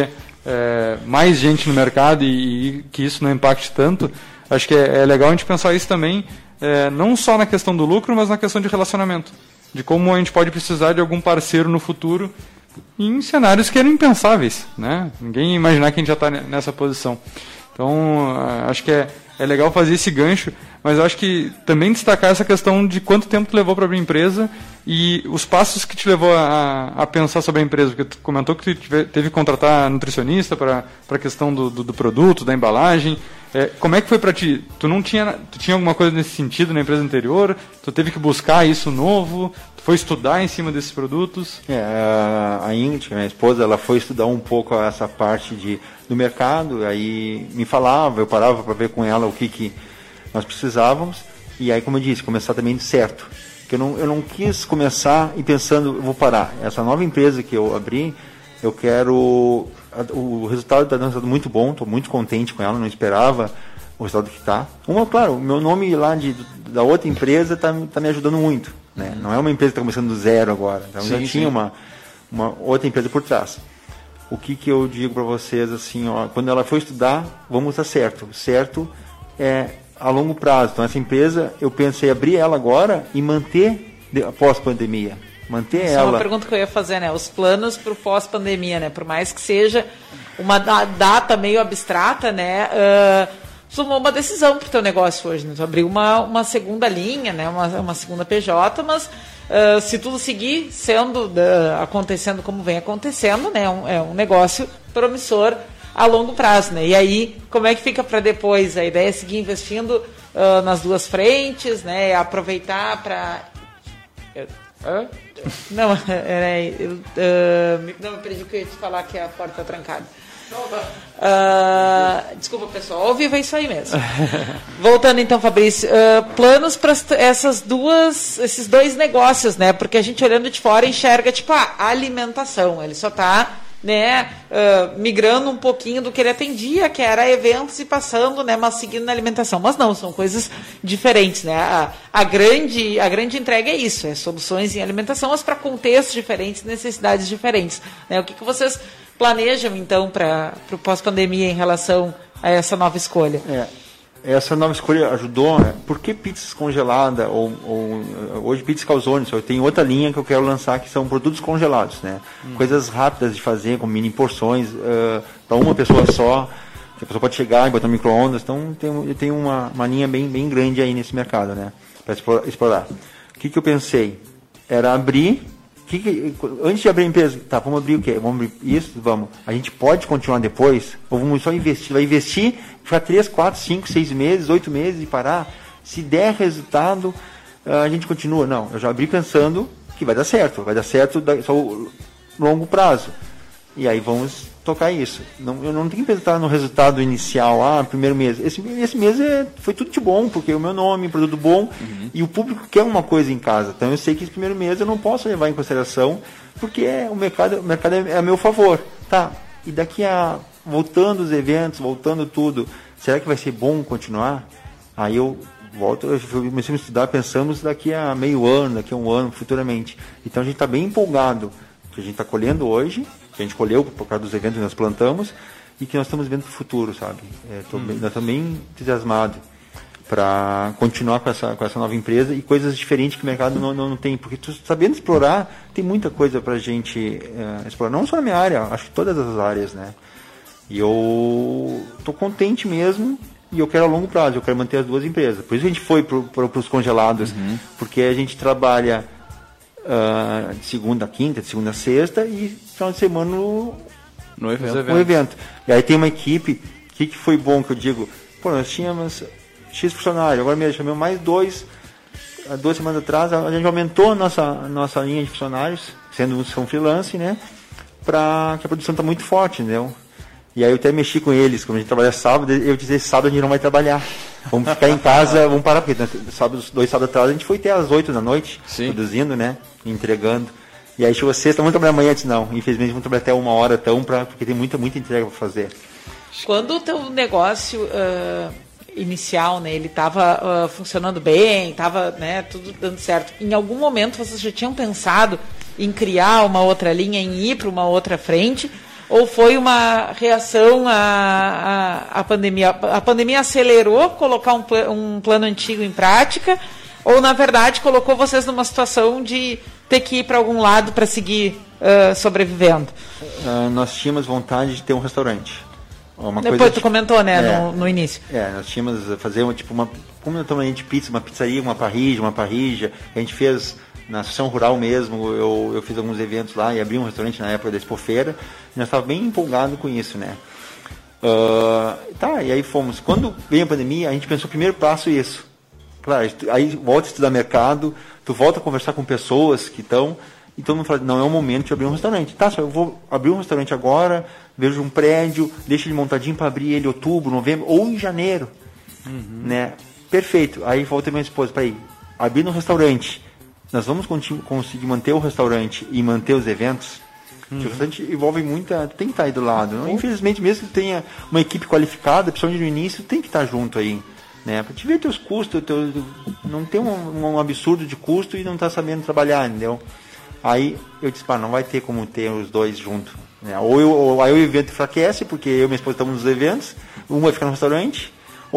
mais gente no mercado e que isso não impacte tanto, acho que é legal a gente pensar isso também, não só na questão do lucro, mas na questão de relacionamento, de como a gente pode precisar de algum parceiro no futuro em cenários que eram impensáveis, né? Ninguém ia imaginar que a gente já está nessa posição. Então, acho que é legal fazer esse gancho, mas eu acho que também destacar essa questão de quanto tempo tu levou para abrir a empresa e os passos que te levou a pensar sobre a empresa, porque tu comentou que tu teve que contratar nutricionista para a questão do produto, da embalagem. Como é que foi para ti? Tu tinha alguma coisa nesse sentido na empresa anterior? Tu teve que buscar isso novo? Tu foi estudar em cima desses produtos? A Ingrid, minha esposa, ela foi estudar um pouco essa parte do mercado, aí me falava, eu parava para ver com ela o que nós precisávamos, e aí, como eu disse, começar também de certo. Porque eu não quis começar e pensando, eu vou parar. Essa nova empresa que eu abri, eu quero... O resultado está dando muito bom, estou muito contente com ela, não esperava o resultado que está. Claro, o meu nome lá da outra empresa está me ajudando muito. Né? Não é uma empresa que está começando do zero agora, então já tinha uma outra empresa por trás. O que eu digo para vocês, assim, quando ela for estudar, vamos estar certo. Certo é a longo prazo. Então, essa empresa, eu pensei em abrir ela agora e manter após pandemia. Manter ela... é uma pergunta que eu ia fazer, né? Os planos para o pós-pandemia, né? Por mais que seja uma data meio abstrata, né? Tomou uma decisão para o teu negócio hoje, né? Tu abriu uma segunda linha, né? Uma segunda PJ, mas se tudo seguir acontecendo como vem acontecendo, né? É um negócio promissor a longo prazo, né? E aí, como é que fica para depois? A ideia é seguir investindo nas duas frentes, né? Aproveitar para... Não, me perdi o que eu ia te falar, que a porta está trancada. Desculpa, pessoal, ao vivo é isso aí mesmo. Voltando então, Fabrício, planos para esses dois negócios, né? Porque a gente olhando de fora enxerga tipo a alimentação, ele só está, né, migrando um pouquinho do que ele atendia, que era eventos e passando, né, mas seguindo na alimentação. Mas não, são coisas diferentes, né? A grande entrega é isso, soluções em alimentação, mas para contextos diferentes, necessidades diferentes, né? O que vocês planejam, então, para o pós-pandemia em relação a essa nova escolha? Essa nova escolha ajudou, por que pizzas congeladas, hoje pizza calzone, eu tenho outra linha que eu quero lançar, que são produtos congelados, né? Coisas rápidas de fazer, com mini porções, para uma pessoa só, que a pessoa pode chegar e botar no micro-ondas, então eu tenho uma linha bem grande aí nesse mercado, né? Para explorar. O que eu pensei? Era abrir... antes de abrir a empresa, vamos abrir o quê? Vamos abrir isso? Vamos. A gente pode continuar depois? Ou vamos só investir? Vai investir, ficar 3, 4, 5, 6 meses, 8 meses e parar? Se der resultado, a gente continua? Não, eu já abri pensando que vai dar certo só longo prazo. E aí vamos tocar isso. Eu não tenho que pensar no resultado inicial, primeiro mês. Esse mês foi tudo de bom, porque o meu nome, produto bom, e o público quer uma coisa em casa. Então eu sei que esse primeiro mês eu não posso levar em consideração, porque o mercado é a meu favor. E daqui voltando os eventos, voltando tudo, será que vai ser bom continuar? Aí eu comecei a estudar, pensamos daqui a meio ano, daqui a um ano, futuramente. Então a gente está bem empolgado, que a gente está colhendo hoje, que a gente colheu por causa dos eventos que nós plantamos, e que nós estamos vendo para o futuro, sabe? Nós estamos bem entusiasmados para continuar com essa nova empresa e coisas diferentes que o mercado não tem, porque sabendo explorar, tem muita coisa para a gente explorar, não só na minha área, acho que todas as áreas, né? E eu estou contente mesmo, e eu quero a longo prazo, eu quero manter as duas empresas. Por isso a gente foi para os congelados, porque a gente trabalha de segunda a quinta, de segunda a sexta, e final de semana no evento. E aí tem uma equipe, o que foi bom que eu digo, nós tínhamos X funcionários, agora mesmo chamamos mais 2 semanas atrás, a gente aumentou a nossa linha de funcionários, são freelance, né, para que a produção está muito forte, entendeu? E aí eu até mexi com eles, como a gente trabalha sábado, eu disse, sábado a gente não vai trabalhar. Vamos ficar em casa, vamos parar, porque 2 sábados atrás a gente foi até às 8 da noite, produzindo, né, entregando. E aí chegou sexta, vamos trabalhar amanhã, disse, não, infelizmente vamos trabalhar até 1 hora, porque tem muita entrega para fazer. Quando o teu negócio inicial, né, ele estava funcionando bem, estava, né, tudo dando certo, em algum momento vocês já tinham pensado em criar uma outra linha, em ir para uma outra frente, Ou foi uma reação à pandemia? A pandemia acelerou colocar um plano antigo em prática? Ou, na verdade, colocou vocês numa situação de ter que ir para algum lado para seguir sobrevivendo? Nós tínhamos vontade de ter um restaurante. Depois tu comentou, né, no início. Nós tínhamos fazer como eu tomei de pizza, uma pizzaria, uma parrilla. A gente fez na Associação Rural mesmo, eu fiz alguns eventos lá e abri um restaurante na época da Expofeira. E nós estávamos bem empolgados com isso, né? E aí fomos. Quando veio a pandemia, a gente pensou, primeiro passo isso. Claro, aí volta a estudar mercado, tu volta a conversar com pessoas que estão... E todo mundo fala, não é o momento de abrir um restaurante. Só eu vou abrir um restaurante agora, vejo um prédio, deixo ele montadinho para abrir ele em outubro, novembro ou em janeiro. Né? Perfeito. Aí volta minha esposa, abrir um restaurante, nós vamos conseguir manter o restaurante e manter os eventos? O restaurante envolve muita... tem que estar aí do lado. Não? Infelizmente, mesmo que tenha uma equipe qualificada, principalmente no início, tem que estar junto aí. Né? Para te ver teus custos, não tem um absurdo de custo e não está sabendo trabalhar, entendeu? Aí eu disse, não vai ter como ter os dois juntos. Né? Aí o evento enfraquece, porque eu e minha esposa estamos nos eventos, um vai ficar no restaurante,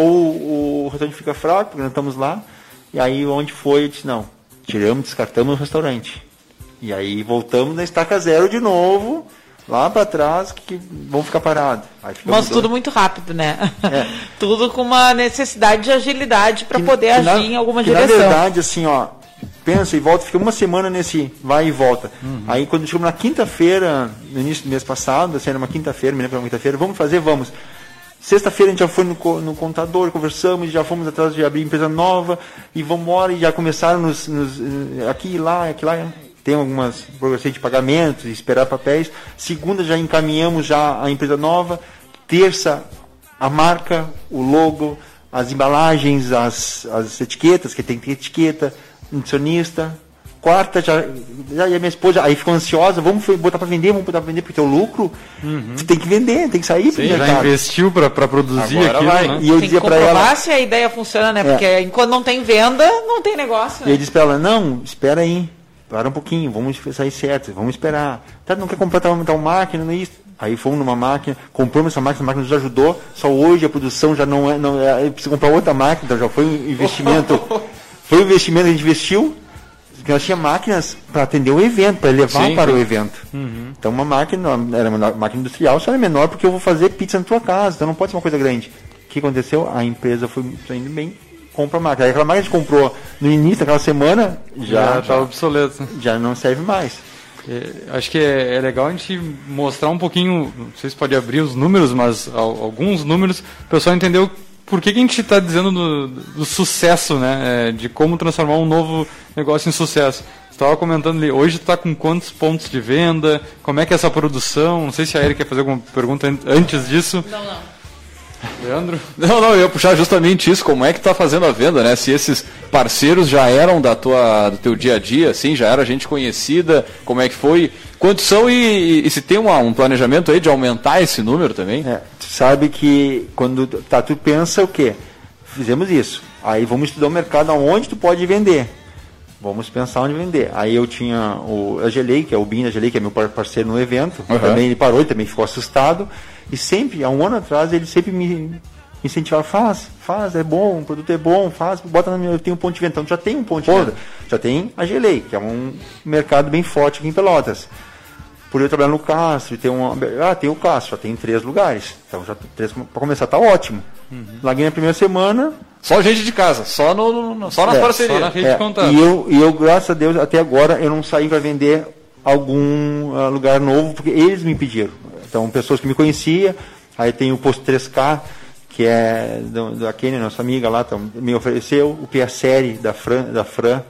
ou o restaurante fica fraco, porque nós estamos lá. E aí onde foi, eu disse, não, descartamos o restaurante. E aí voltamos na estaca zero de novo, lá para trás, que vão ficar parados. Mas tudo muito rápido, né? Tudo com uma necessidade de agilidade para poder agir em alguma direção. Na verdade, assim, pensa e volta, fica uma semana nesse vai e volta. Aí quando chegamos na quinta-feira, no início do mês passado, assim, era uma quinta-feira, me lembro que era uma quinta-feira, vamos. Sexta-feira a gente já foi no contador, conversamos, já fomos atrás de abrir empresa nova, e vamos embora, e já começaram aqui e lá. Tem algumas progressões de pagamentos, esperar papéis. Segunda já encaminhamos já a empresa nova. Terça, a marca, o logo, as embalagens, as etiquetas, que tem que ter etiqueta, nutricionista. Quarta, já e a minha esposa aí ficou ansiosa, vamos botar para vender, porque teu lucro, tu tem que vender, tem que sair. Sim, já investiu para produzir agora aquilo, vai. Né? E eu tem dizia que para ela, se a ideia funciona, né? Porque enquanto não tem venda, não tem negócio. Né? E eu disse para ela, não, espera aí, para um pouquinho, vamos sair certo, vamos esperar. Não quer comprar tal máquina, não é isso? Aí fomos numa máquina, compramos essa máquina nos ajudou, só hoje a produção já não é precisa comprar outra máquina, então já foi um investimento. Foi um investimento que a gente investiu, que nós tínhamos máquinas para atender o evento, para levar para o evento. Então uma máquina, era uma máquina industrial, só era menor porque eu vou fazer pizza na tua casa, então não pode ser uma coisa grande. O que aconteceu? A empresa foi indo bem, compra a máquina. Aí aquela máquina que a gente comprou no início daquela semana, já está obsoleta. Já não serve mais. Acho que é legal a gente mostrar um pouquinho, não sei se pode abrir os números, mas alguns números, o pessoal entendeu por que a gente está dizendo do sucesso, né? De como transformar um novo negócio em sucesso. Você estava comentando ali, hoje tu está com quantos pontos de venda, como é que é essa produção? Não sei se a Erika quer fazer alguma pergunta antes disso. Não. Leandro? Não, eu ia puxar justamente isso, como é que tá fazendo a venda, né? Se esses parceiros já eram do teu dia a dia, assim, já era gente conhecida, como é que foi? Quantos são e se tem um planejamento aí de aumentar esse número também? Tu sabe que quando tu pensa o quê? Fizemos isso. Aí vamos estudar o mercado aonde tu pode vender. Vamos pensar onde vender. Aí eu tinha o Agelei, que é o Bim Agelei, que é meu parceiro no evento. Também ele parou, ele também ficou assustado. E sempre, há um ano atrás, ele sempre me incentivava, faz, é bom, o produto é bom, bota eu tenho um ponto de venda. Então já tem um ponto de venda. Já tem a Agelei, que é um mercado bem forte aqui em Pelotas. Por eu trabalhar no Castro, tem o Castro, já tem 3 lugares. Então já 3 para começar, tá ótimo. Larguei na primeira semana. Só gente de casa, só nas parcerias. Só na rede de contato. E eu, graças a Deus, até agora, eu não saí para vender algum lugar novo, porque eles me pediram. Então, pessoas que me conheciam, aí tem o Posto 3K, que é da Kênia, nossa amiga lá, me ofereceu, o Pia Série da Fran.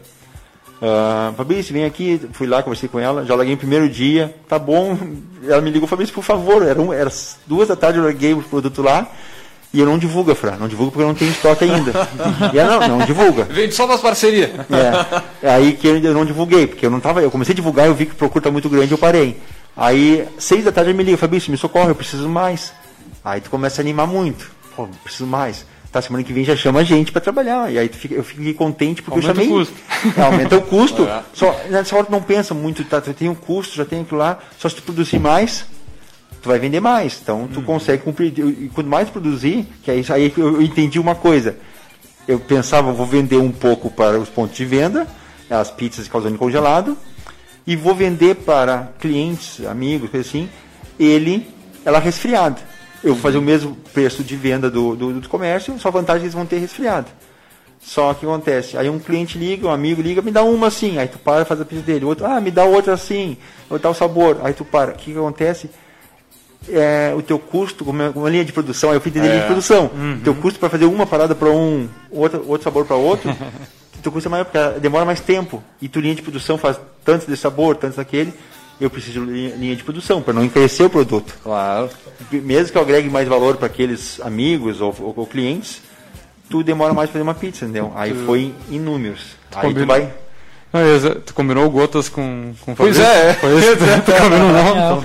Fabrício, vem aqui, fui lá, conversei com ela, já larguei no primeiro dia, tá bom, ela me ligou, Fabrício, por favor, era 2 da tarde, eu larguei o produto lá, e eu não divulgo, Fran, não divulgo porque eu não tenho estoque ainda. E ela não divulga. Vende só nas parcerias. Aí que eu não divulguei, porque eu comecei a divulgar, eu vi que o procura tá muito grande, eu parei. Aí, 6 da tarde, ele me liga, Fabrício, me socorre, eu preciso mais. Aí tu começa a animar muito. Preciso mais. Tá, semana que vem já chama a gente para trabalhar. E aí eu fiquei contente porque aumenta eu chamei. O custo. Aumenta o custo. Só, nessa hora tu não pensa muito, tá? Tu tem um custo, já tem aquilo lá. Só se tu produzir mais, tu vai vender mais. Então, tu consegue cumprir. E quanto mais produzir, que é isso aí que eu entendi uma coisa. Eu pensava, vou vender um pouco para os pontos de venda, as pizzas de calzone congelado, e vou vender para clientes, amigos, coisa assim, ela resfriada. Eu vou fazer o mesmo preço de venda do comércio, só a vantagem eles vão ter resfriado. Só que acontece, aí um cliente liga, um amigo liga, me dá uma assim, aí tu para e faz a pizza dele, outro, me dá outra assim, ou tal sabor, aí tu para. O que acontece? O teu custo, como uma linha de produção, aí eu fui entender linha de produção, o teu custo para fazer uma parada para outro sabor para outro, o teu custo é maior, porque demora mais tempo, e tu linha de produção faz tanto desse sabor, tanto daquele, eu preciso de linha de produção, para não encarecer o produto. Claro. Mesmo que eu agregue mais valor para aqueles amigos ou clientes, tu demora mais para fazer uma pizza, entendeu? Aí foi em números. Aí tu vai... Tu combinou gotas com Pois é. Foi isso? Tu combinou não?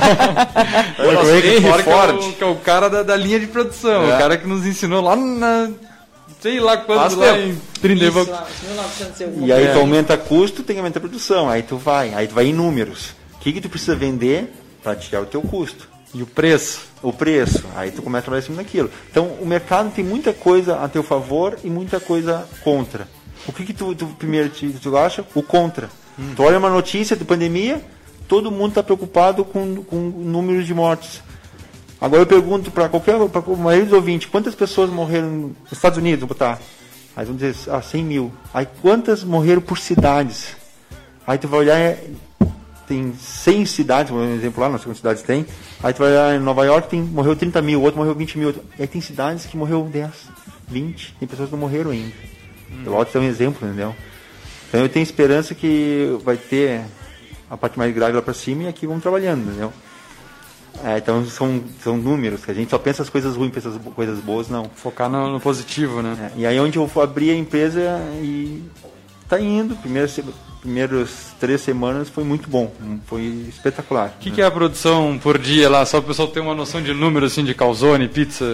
Que é o cara da linha de produção, o cara que nos ensinou lá na... sei lá quando, lá em 30 e aí tu aumenta custo, tem que aumentar a produção. Aí tu vai em números. O que tu precisa vender para tirar o teu custo? E o preço? O preço. Aí tu começa a trabalhar em cima daquilo. Então, o mercado tem muita coisa a teu favor e muita coisa contra. O que tu primeiro tu acha? O contra. Tu olha uma notícia de pandemia, todo mundo está preocupado com números de mortes. Agora eu pergunto para a maioria dos ouvintes, quantas pessoas morreram nos Estados Unidos, vou botar? Aí vão dizer, 100 mil. Aí quantas morreram por cidades? Aí tu vai olhar, tem 100 cidades, por exemplo lá, não sei quantas cidades tem. Aí tu vai olhar em Nova York, morreu 30 mil, outro morreu 20 mil. Aí tem cidades que morreu 10, 20, tem pessoas que não morreram ainda. Pelotas é um exemplo, entendeu? Então eu tenho esperança que vai ter a parte mais grave lá para cima e aqui vamos trabalhando, entendeu? Então são números, que a gente só pensa as coisas ruins, pensa as coisas boas, não. Focar no positivo, né? E aí onde eu abri a empresa e tá indo, primeiras 3 semanas foi muito bom, foi espetacular. O que é a produção por dia lá, só para o pessoal ter uma noção de número, assim, de calzone, pizza?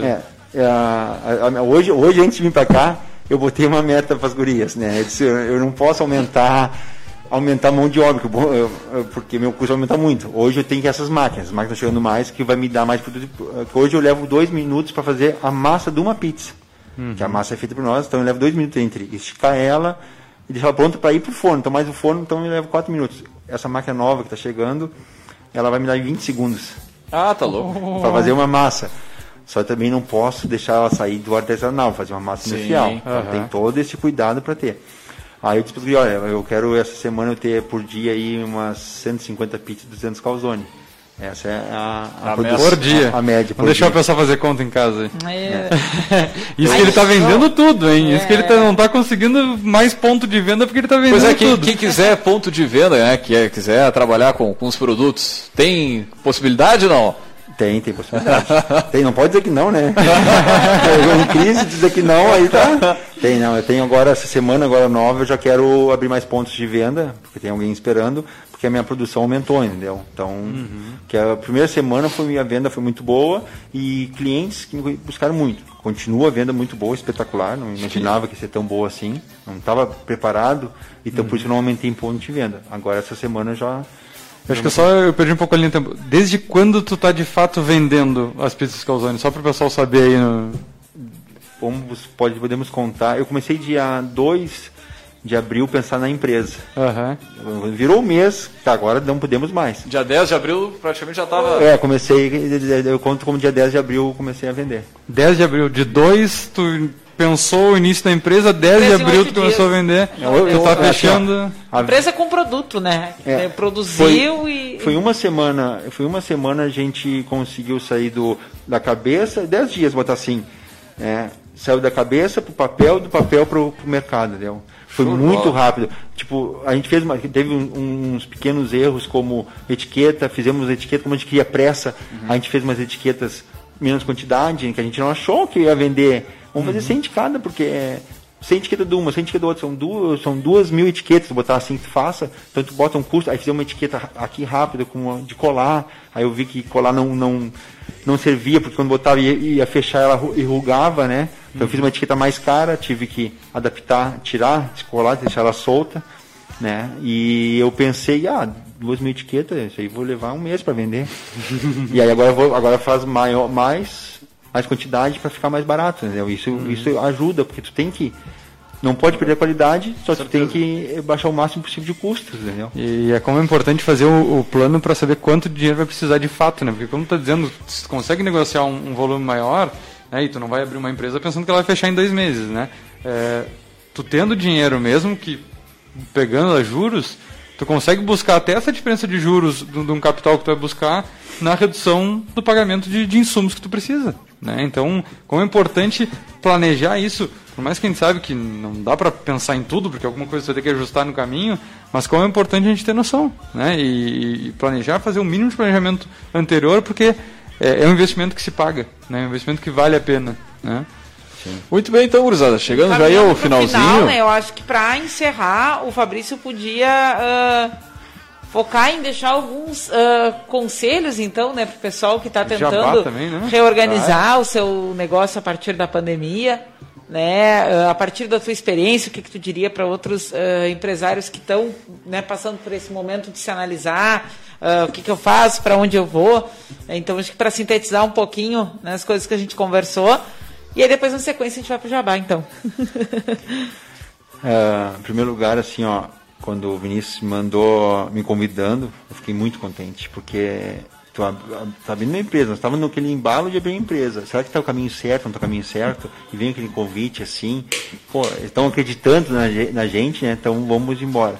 Hoje antes de vir para cá, eu botei uma meta para as gurias, né? Eu disse, eu não posso aumentar a mão de obra, porque meu custo vai aumentar muito. Hoje eu tenho que essas máquinas estão chegando mais, que vai me dar mais produto. Hoje eu levo 2 minutos para fazer a massa de uma pizza, que a massa é feita por nós, então eu levo 2 minutos entre esticar ela e deixar ela pronta para ir para o forno. Então mais o forno, então eu levo 4 minutos. Essa máquina nova que está chegando, ela vai me dar em 20 segundos. Tá louco. Para fazer uma massa. Só também não posso deixar ela sair do artesanal, fazer uma massa industrial. Então, tem todo esse cuidado para ter. Aí eu disse, olha, eu quero essa semana eu ter por dia aí umas 150 pizzas, 200 calzone. Essa é a produção, por dia. A média. Vamos deixar o pessoal fazer conta em casa. Isso que ele está vendendo tudo, hein? Isso que ele não está conseguindo mais ponto de venda porque ele está vendendo tudo. Quem quiser ponto de venda, né? Quiser trabalhar com os produtos, tem possibilidade ou não? Tem possibilidade. Não pode dizer que não, né? Em crise, dizer que não, aí tá. Eu tenho agora, essa semana, agora nova, eu já quero abrir mais pontos de venda, porque tem alguém esperando, porque a minha produção aumentou, entendeu? Então, que a primeira semana a venda foi muito boa e clientes que me buscaram muito. Continua a venda muito boa, espetacular, não imaginava que ia ser tão boa assim, não estava preparado, então por isso eu não aumentei em ponto de venda. Agora, essa semana já... Acho que eu perdi um pouco ali no tempo. Desde quando tu tá de fato vendendo as pizzas calzone? Só para o pessoal saber aí. Podemos contar. Eu comecei dia 2 de abril pensar na empresa. Virou o mês, agora não podemos mais. Dia 10 de abril praticamente já estava... Eu conto como dia 10 de abril eu comecei a vender. 10 de abril, de 2 tu pensou o início da empresa, 10 de abril tu começou a vender, tu tá fechando... A empresa com produto, né? Produziu Foi uma semana a gente conseguiu sair da cabeça, 10 dias, botar assim, saiu da cabeça pro papel, do papel pro mercado, entendeu? Foi muito rápido. Tipo, a gente teve uns pequenos erros como etiqueta, fizemos etiqueta como a gente queria pressa, a gente fez umas etiquetas menos quantidade, que a gente não achou que ia vender. Vamos fazer 100 de cada, porque 100 etiqueta de uma, 100 etiqueta da outra, são 2.000 etiquetas, tu botar assim que tu faça, então tu bota um custo, aí fizemos uma etiqueta aqui rápida, de colar, aí eu vi que colar não servia, porque quando botava ia fechar, ela enrugava, né? Então eu fiz uma etiqueta mais cara, tive que adaptar, tirar, descolar, deixar ela solta, né? E eu pensei, 2.000 etiquetas, isso aí vou levar um mês para vender. E aí agora faz mais quantidade para ficar mais barato, entendeu? Isso ajuda, porque tu tem que... Não pode perder a qualidade, só que tu tem que baixar o máximo possível de custos, entendeu? E é como é importante fazer o plano para saber quanto dinheiro vai precisar de fato, né? Porque como tu tá dizendo, se tu consegue negociar um volume maior, né? E tu não vai abrir uma empresa pensando que ela vai fechar em 2 meses, né? Tu tendo dinheiro mesmo, que pegando a juros, tu consegue buscar até essa diferença de juros de um capital que tu vai buscar na redução do pagamento de insumos que tu precisa, né? Então, como é importante planejar isso, por mais que a gente sabe que não dá para pensar em tudo, porque alguma coisa você vai ter que ajustar no caminho, mas como é importante a gente ter noção, né? E planejar, fazer o mínimo de planejamento anterior, porque é um investimento que se paga, né? É um investimento que vale a pena, né? Sim. Muito bem, então, gurizada, chegando já aí ao finalzinho. Final, né, eu acho que para encerrar, o Fabrício podia focar em deixar alguns conselhos, então, né, para o pessoal que está tentando também, né? reorganizar o seu negócio a partir da pandemia, né, a partir da tua experiência, o que tu diria para outros empresários que estão, né, passando por esse momento de se analisar, o que eu faço, para onde eu vou. Então, acho que para sintetizar um pouquinho, né, as coisas que a gente conversou. E aí depois, na sequência, a gente vai pro Jabá, então. Em primeiro lugar, assim, ó, quando o Vinícius mandou me convidando, eu fiquei muito contente, porque tu tá abrindo uma empresa, nós estávamos naquele embalo de abrir uma empresa. Será que está o caminho certo, não está o caminho certo? E vem aquele convite, assim, pô, estão acreditando na gente, né? Então vamos embora.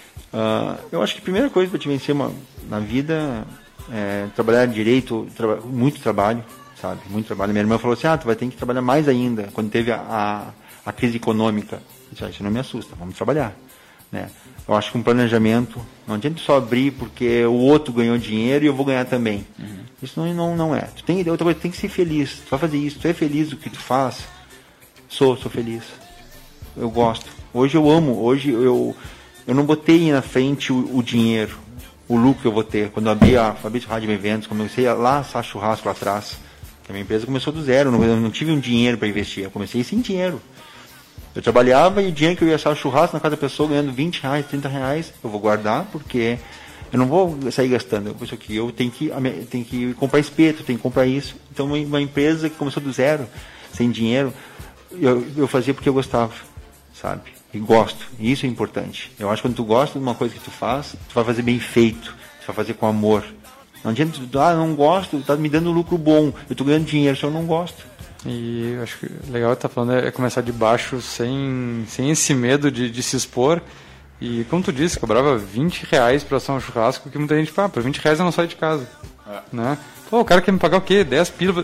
Eu acho que a primeira coisa para te vencer na vida é trabalhar direito, muito trabalho. Sabe? Muito trabalho. Minha irmã falou assim, tu vai ter que trabalhar mais ainda, quando teve a crise econômica. Eu disse, isso não me assusta, vamos trabalhar. Né? Eu acho que um planejamento, não adianta só abrir porque o outro ganhou dinheiro e eu vou ganhar também. Isso não é. Outra coisa, tem que ser feliz. Tu vai fazer isso, tu é feliz do que tu faz? Sou feliz. Eu gosto. Hoje eu amo, hoje eu não botei na frente o dinheiro, o lucro que eu vou ter. Quando eu abri a Fabrício Rádio Eventos, comecei lá assar churrasco lá atrás. A minha empresa começou do zero, eu não tive um dinheiro para investir, eu comecei sem dinheiro. Eu trabalhava e o dinheiro que eu ia assar o churrasco na casa da pessoa ganhando R$20, R$30, eu vou guardar porque eu não vou sair gastando isso aqui. Eu tenho que comprar espeto, tenho que comprar isso. Então uma empresa que começou do zero, sem dinheiro, eu fazia porque eu gostava, sabe? E gosto, e isso é importante. Eu acho que quando tu gosta de uma coisa que tu faz, tu vai fazer bem feito, tu vai fazer com amor. Não adianta, não gosto, tá me dando lucro bom, eu tô ganhando dinheiro, só eu não gosto. E acho que legal tá falando é começar de baixo, sem esse medo de se expor. E como tu disse, cobrava R$20 para assar um churrasco, que muita gente fala, por R$20 eu não saio de casa. Né? Pô, o cara quer me pagar o quê? 10 pila.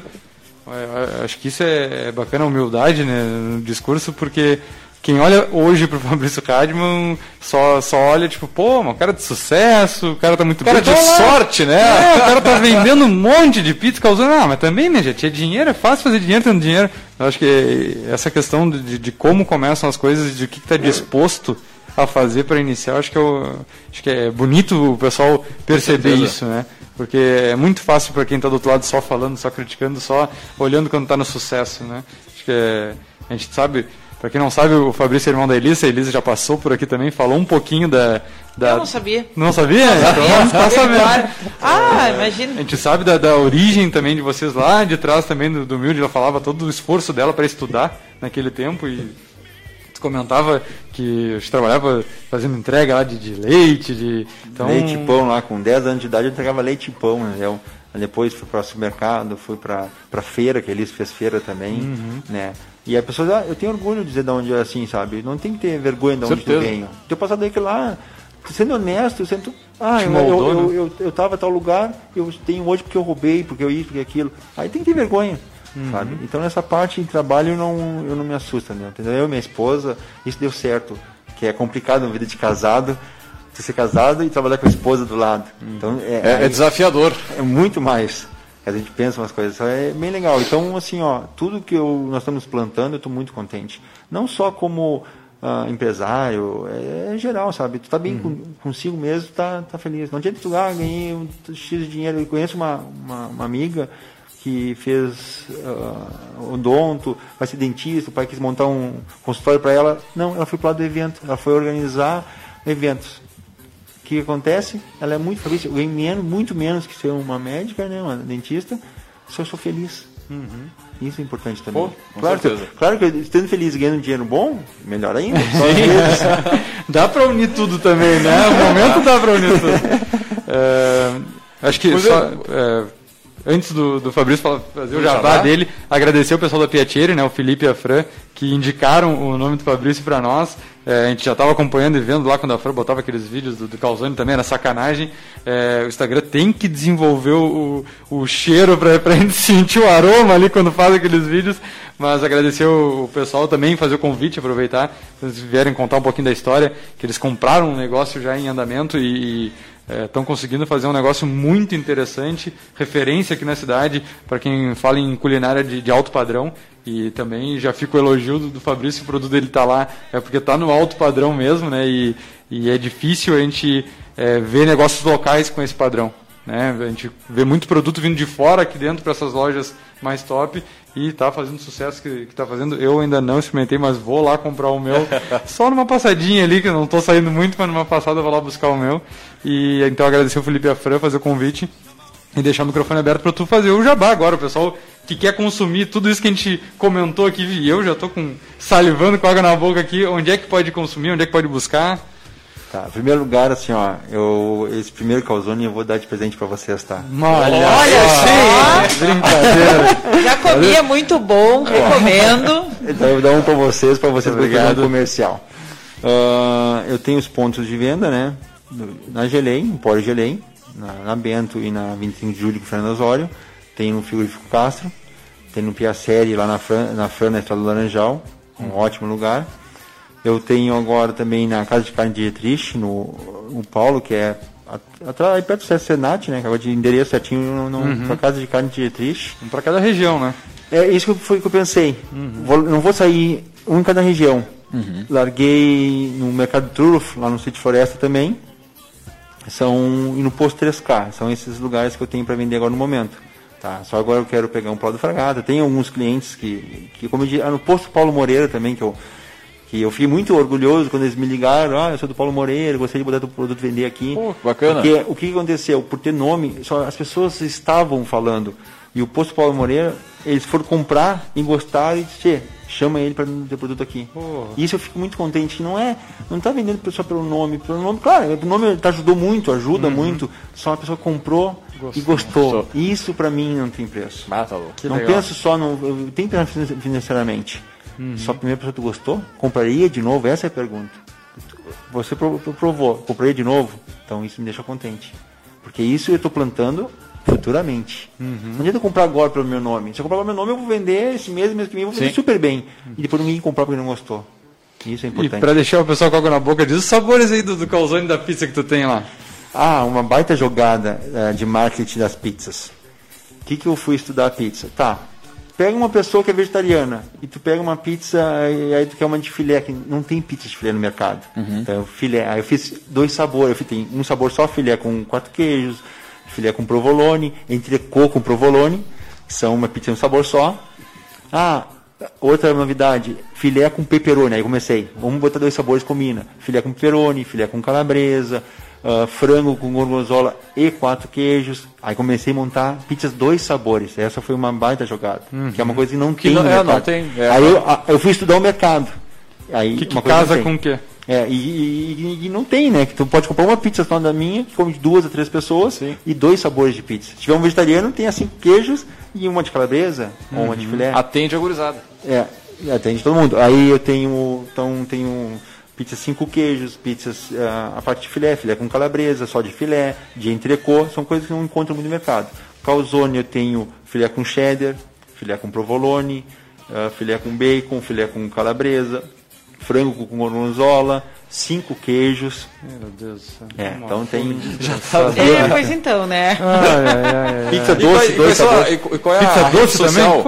Acho que isso é bacana, a humildade, né, no discurso, porque quem olha hoje pro Fabrício Radman só olha, tipo, pô, um cara de sucesso, o cara tá muito bem. Cara de sorte, né? O cara tá vendendo um monte de pizza, causando, mas também, né, já tinha dinheiro, é fácil fazer dinheiro tendo dinheiro. Eu acho que essa questão de como começam as coisas, de o que tá disposto a fazer para iniciar, acho que é bonito o pessoal perceber isso, né? Porque é muito fácil para quem tá do outro lado só falando, só criticando, só olhando quando tá no sucesso, né? Acho que a gente sabe... Para quem não sabe, o Fabrício é irmão da Elisa, a Elisa já passou por aqui também, falou um pouquinho da... Eu não sabia. Não sabia? Então, tá sabendo. Claro. Imagina. A gente sabe da origem também de vocês lá, de trás também do Milde, ela falava todo o esforço dela para estudar naquele tempo e comentava que a gente trabalhava fazendo entrega lá de leite, então... Leite e pão lá, com 10 anos de idade eu entregava leite e pão, né? Depois fui para o supermercado, fui para feira, que a Elisa fez feira também, né? E a pessoa, eu tenho orgulho de dizer de onde é assim, sabe? Não tem que ter vergonha de onde tu venho. Teu passado é que lá, sendo honesto, sendo... eu tava em tal lugar, eu tenho hoje porque eu roubei, porque eu isso, porque aquilo. Aí tem que ter vergonha, sabe? Então nessa parte de trabalho eu não me assusta, né? Entendeu? Eu e minha esposa, isso deu certo. Que é complicado na vida de casado, você ser casado e trabalhar com a esposa do lado. Então, é desafiador. É muito mais. A gente pensa umas coisas, é bem legal. Então, assim, tudo que nós estamos plantando, eu estou muito contente. Não só como empresário, é geral, sabe? Tu tá bem consigo mesmo, tá feliz. Não adianta tu ganhei um X de dinheiro. Eu conheço uma amiga que fez odonto, vai ser dentista, o pai quis montar um consultório para ela. Não, ela foi para o lado do evento, ela foi organizar eventos. que acontece? Ela é muito feliz, eu ganho muito menos que ser uma médica, né, uma dentista, só sou feliz. Isso é importante também. Claro que estando feliz e ganhando dinheiro bom, melhor ainda. Dá para unir tudo também, né? No momento dá para unir tudo. Acho que antes do Fabrício fazer o jabá dele, agradecer o pessoal da Piacere, né, o Felipe e a Fran, que indicaram o nome do Fabrício para nós. A gente já estava acompanhando e vendo lá quando a Fran botava aqueles vídeos do Calzone também, era sacanagem. O Instagram tem que desenvolver o cheiro para a gente sentir o aroma ali quando faz aqueles vídeos. Mas agradecer o pessoal também, fazer o convite, aproveitar, se eles vierem contar um pouquinho da história, que eles compraram um negócio já em andamento e estão conseguindo fazer um negócio muito interessante, referência aqui na cidade, para quem fala em culinária de alto padrão. E também já fica o elogio do Fabrício, o produto dele está lá, porque está no alto padrão mesmo, né? E é difícil a gente ver negócios locais com esse padrão, né? A gente vê muito produto vindo de fora aqui dentro para essas lojas mais top e está fazendo o sucesso que está fazendo. Eu ainda não experimentei, mas vou lá comprar o meu, só numa passadinha ali, que eu não estou saindo muito, mas numa passada eu vou lá buscar o meu. E então agradecer o Felipe e a Fran, fazer o convite e deixar o microfone aberto para tu fazer o jabá agora, o pessoal que quer consumir tudo isso que a gente comentou aqui, e eu já estou salivando com água na boca aqui, onde é que pode consumir, onde é que pode buscar? Tá, em primeiro lugar, assim, ó, esse primeiro Calzone eu vou dar de presente pra vocês, tá? Olha, sim! Brincadeira! Já comi, é muito bom, recomendo. Então eu vou dar um pra vocês fazer um comercial. Eu tenho os pontos de venda, né? Na Gelém, no Empório Gelém, na Bento e na 25 de Julho com Fernando Osório. Tem no Frigorífico Castro, tem no Piacere lá na Fran, na Estrada do Laranjal, um ótimo lugar. Eu tenho agora também na Casa de Carne de Dietrich, no Paulo, que é atrás perto do Senat, né? Que agora de endereço certinho para Casa de Carne de Dietrich. Para cada região, né? É isso que eu pensei. Não vou sair um em cada região. Larguei no Mercado Trullo, lá no Sítio Floresta também. E no Posto 3K. São esses lugares que eu tenho para vender agora no momento. Tá, só agora eu quero pegar um pau do Fragata. Tem alguns clientes que como eu disse, no Posto Paulo Moreira também, que eu fiquei muito orgulhoso quando eles me ligaram, eu sou do Paulo Moreira, gostaria de botar o produto vender aqui. Pô, bacana. Porque o que aconteceu? Por ter nome, só as pessoas estavam falando. E o Posto Paulo Moreira, eles foram comprar e gostaram e disseram, chama ele para ter produto aqui. E isso eu fico muito contente. Não está vendendo só pelo nome. Claro, o nome ajuda muito. Só uma pessoa comprou e gostou. Isso para mim não tem preço. Não penso só eu tenho que pensar financeiramente. Só a primeira pessoa que gostou, compraria de novo? Essa é a pergunta. Você provou, compraria de novo? Então isso me deixa contente. Porque isso eu estou plantando futuramente. Não adianta eu comprar agora pelo meu nome. Se eu comprar pelo meu nome, eu vou vender esse mês que vem, eu vou vender super bem. E depois ninguém comprar porque não gostou. Isso é importante. E para deixar o pessoal com água na boca, diz os sabores aí do calzone da pizza que tu tem lá. Uma baita jogada de marketing das pizzas. O que eu fui estudar a pizza? Tá. Pega uma pessoa que é vegetariana e tu pega uma pizza e aí tu quer uma de filé, que não tem pizza de filé no mercado. Então, filé. Aí eu fiz 2 sabores. Tem um sabor só filé com 4 queijos, filé com provolone, entrecô com provolone, que são uma pizza de um sabor só. Outra novidade, filé com pepperoni. Aí comecei, vamos botar 2 sabores, combina. Filé com pepperoni, filé com calabresa, frango com gorgonzola e 4 queijos. Aí comecei a montar pizzas 2 sabores. Essa foi uma baita jogada, que é uma coisa que não tem no mercado. Não tem, Aí eu fui estudar o mercado. Aí que casa com o quê? E não tem, né? Que tu pode comprar uma pizza só da minha, que come de 2 a 3 pessoas. Sim. E 2 sabores de pizza. Se tiver um vegetariano, tem 5 queijos e uma de calabresa ou uma de filé. Atende a gurizada. Atende todo mundo. Aí eu tenho pizzas 5 queijos, pizzas a parte de filé com calabresa, só de filé, de entrecô, são coisas que não encontro muito no mercado. Calzone eu tenho filé com cheddar, filé com provolone, filé com bacon, filé com calabresa, frango com gorgonzola, 5 queijos. Meu Deus do céu. Então tem... Pois então, né? Pizza doce, 2 sabores. E qual é a rede social?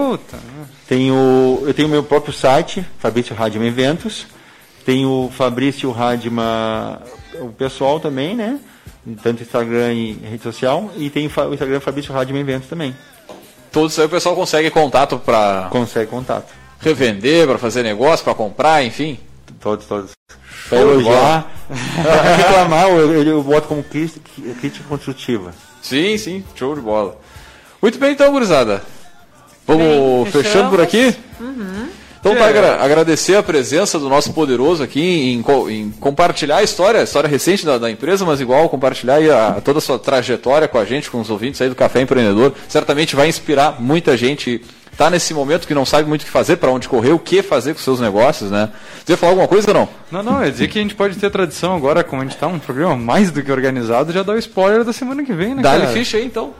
Eu tenho meu próprio site, Fabrício Radima Eventos. Tem o Fabrício Radima, o pessoal também, né? Tanto Instagram e rede social. E tem o Instagram Fabrício Radima Eventos também. Tudo isso aí o pessoal consegue contato para... Consegue contato. Revender, para fazer negócio, para comprar, enfim. Todos. Pra elogiar. Pra reclamar, eu boto como crítica construtiva. Sim, show de bola. Muito bem, então, gurizada. Vamos fechando por aqui? Então, agradecer a presença do nosso poderoso aqui em compartilhar a história recente da empresa, mas igual compartilhar aí toda a sua trajetória com a gente, com os ouvintes aí do Café Empreendedor. Certamente vai inspirar muita gente. Tá nesse momento que não sabe muito o que fazer, para onde correr, o que fazer com seus negócios, né? Você ia falar alguma coisa ou não? Não, é dizer que a gente pode ter tradição agora, como a gente tá um programa mais do que organizado, já dá o spoiler da semana que vem, né, Dá-lhe ficha aí, então.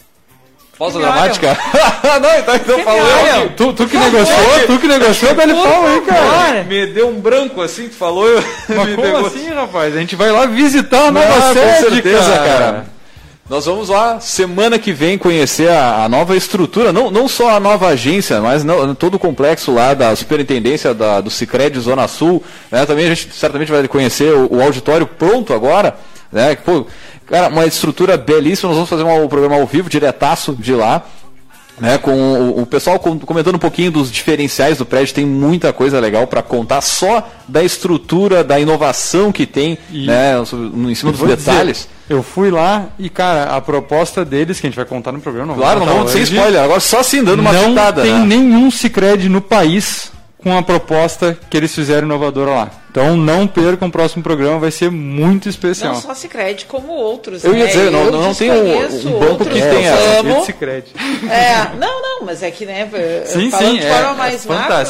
Pausa dramática? Não, então falou eu. Tu que negociou, dá-lhe pau aí, cara. Me deu um branco assim, tu falou. Mas como assim, rapaz? A gente vai lá visitar a nova sede, com certeza, cara. Nós vamos lá, semana que vem, conhecer a nova estrutura, não só a nova agência, mas todo o complexo lá da superintendência do Sicredi Zona Sul, né? Também a gente certamente vai conhecer o auditório pronto agora, né? Pô, cara, uma estrutura belíssima. Nós vamos fazer um programa ao vivo, diretaço de lá, né, com o pessoal comentando um pouquinho dos diferenciais do prédio. Tem muita coisa legal para contar, só da estrutura, da inovação que tem, né, em cima dos detalhes. Eu fui lá e, cara, a proposta deles, que a gente vai contar no programa... Claro, não vamos sem spoiler, agora só assim, dando uma chutada. Não tem nenhum Sicredi no país com a proposta que eles fizeram inovadora lá. Então não percam o próximo programa, vai ser muito especial. Não só Sicredi, como outros. Eu ia dizer, não tem um banco que tenha Sicredi. Não, mas é que, né, sim, falando de forma mais macro,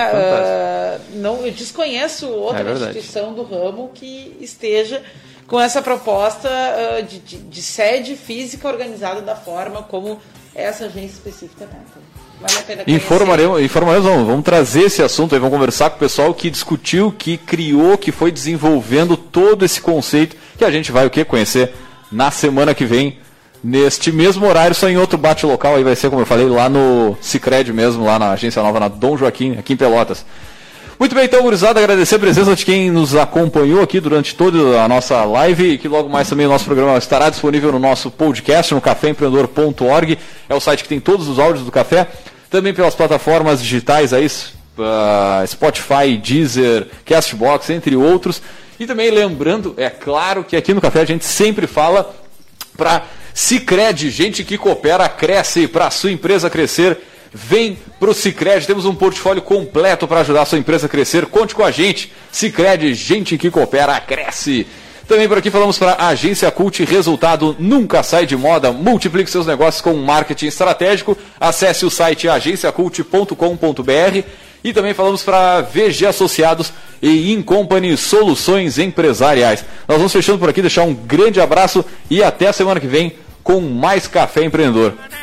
né, eu desconheço outra instituição do ramo que esteja com essa proposta de sede física organizada da forma como essa agência específica, né? Então, vale a pena informaremos, vamos trazer esse assunto aí, vamos conversar com o pessoal que discutiu, que criou, que foi desenvolvendo todo esse conceito, que a gente vai conhecer na semana que vem, neste mesmo horário, só em outro bate local. Aí vai ser, como eu falei, lá no Sicredi mesmo, lá na agência nova, na Dom Joaquim, aqui em Pelotas. Muito bem, então, gurizada, agradecer a presença de quem nos acompanhou aqui durante toda a nossa live, e que logo mais também o nosso programa estará disponível no nosso podcast, no caféempreendedor.org, é o site que tem todos os áudios do Café, também pelas plataformas digitais aí, Spotify, Deezer, Castbox, entre outros. E também lembrando, é claro que aqui no Café a gente sempre fala para Sicredi, gente que coopera, cresce, para a sua empresa crescer. Vem para o Sicredi, temos um portfólio completo para ajudar a sua empresa a crescer. Conte com a gente. Sicredi, gente que coopera, cresce. Também por aqui falamos para a Agência Cult, resultado nunca sai de moda. Multiplique seus negócios com marketing estratégico. Acesse o site agenciacult.com.br. E também falamos para VG Associados e Incompany Soluções Empresariais. Nós vamos fechando por aqui, deixar um grande abraço e até a semana que vem com mais Café Empreendedor.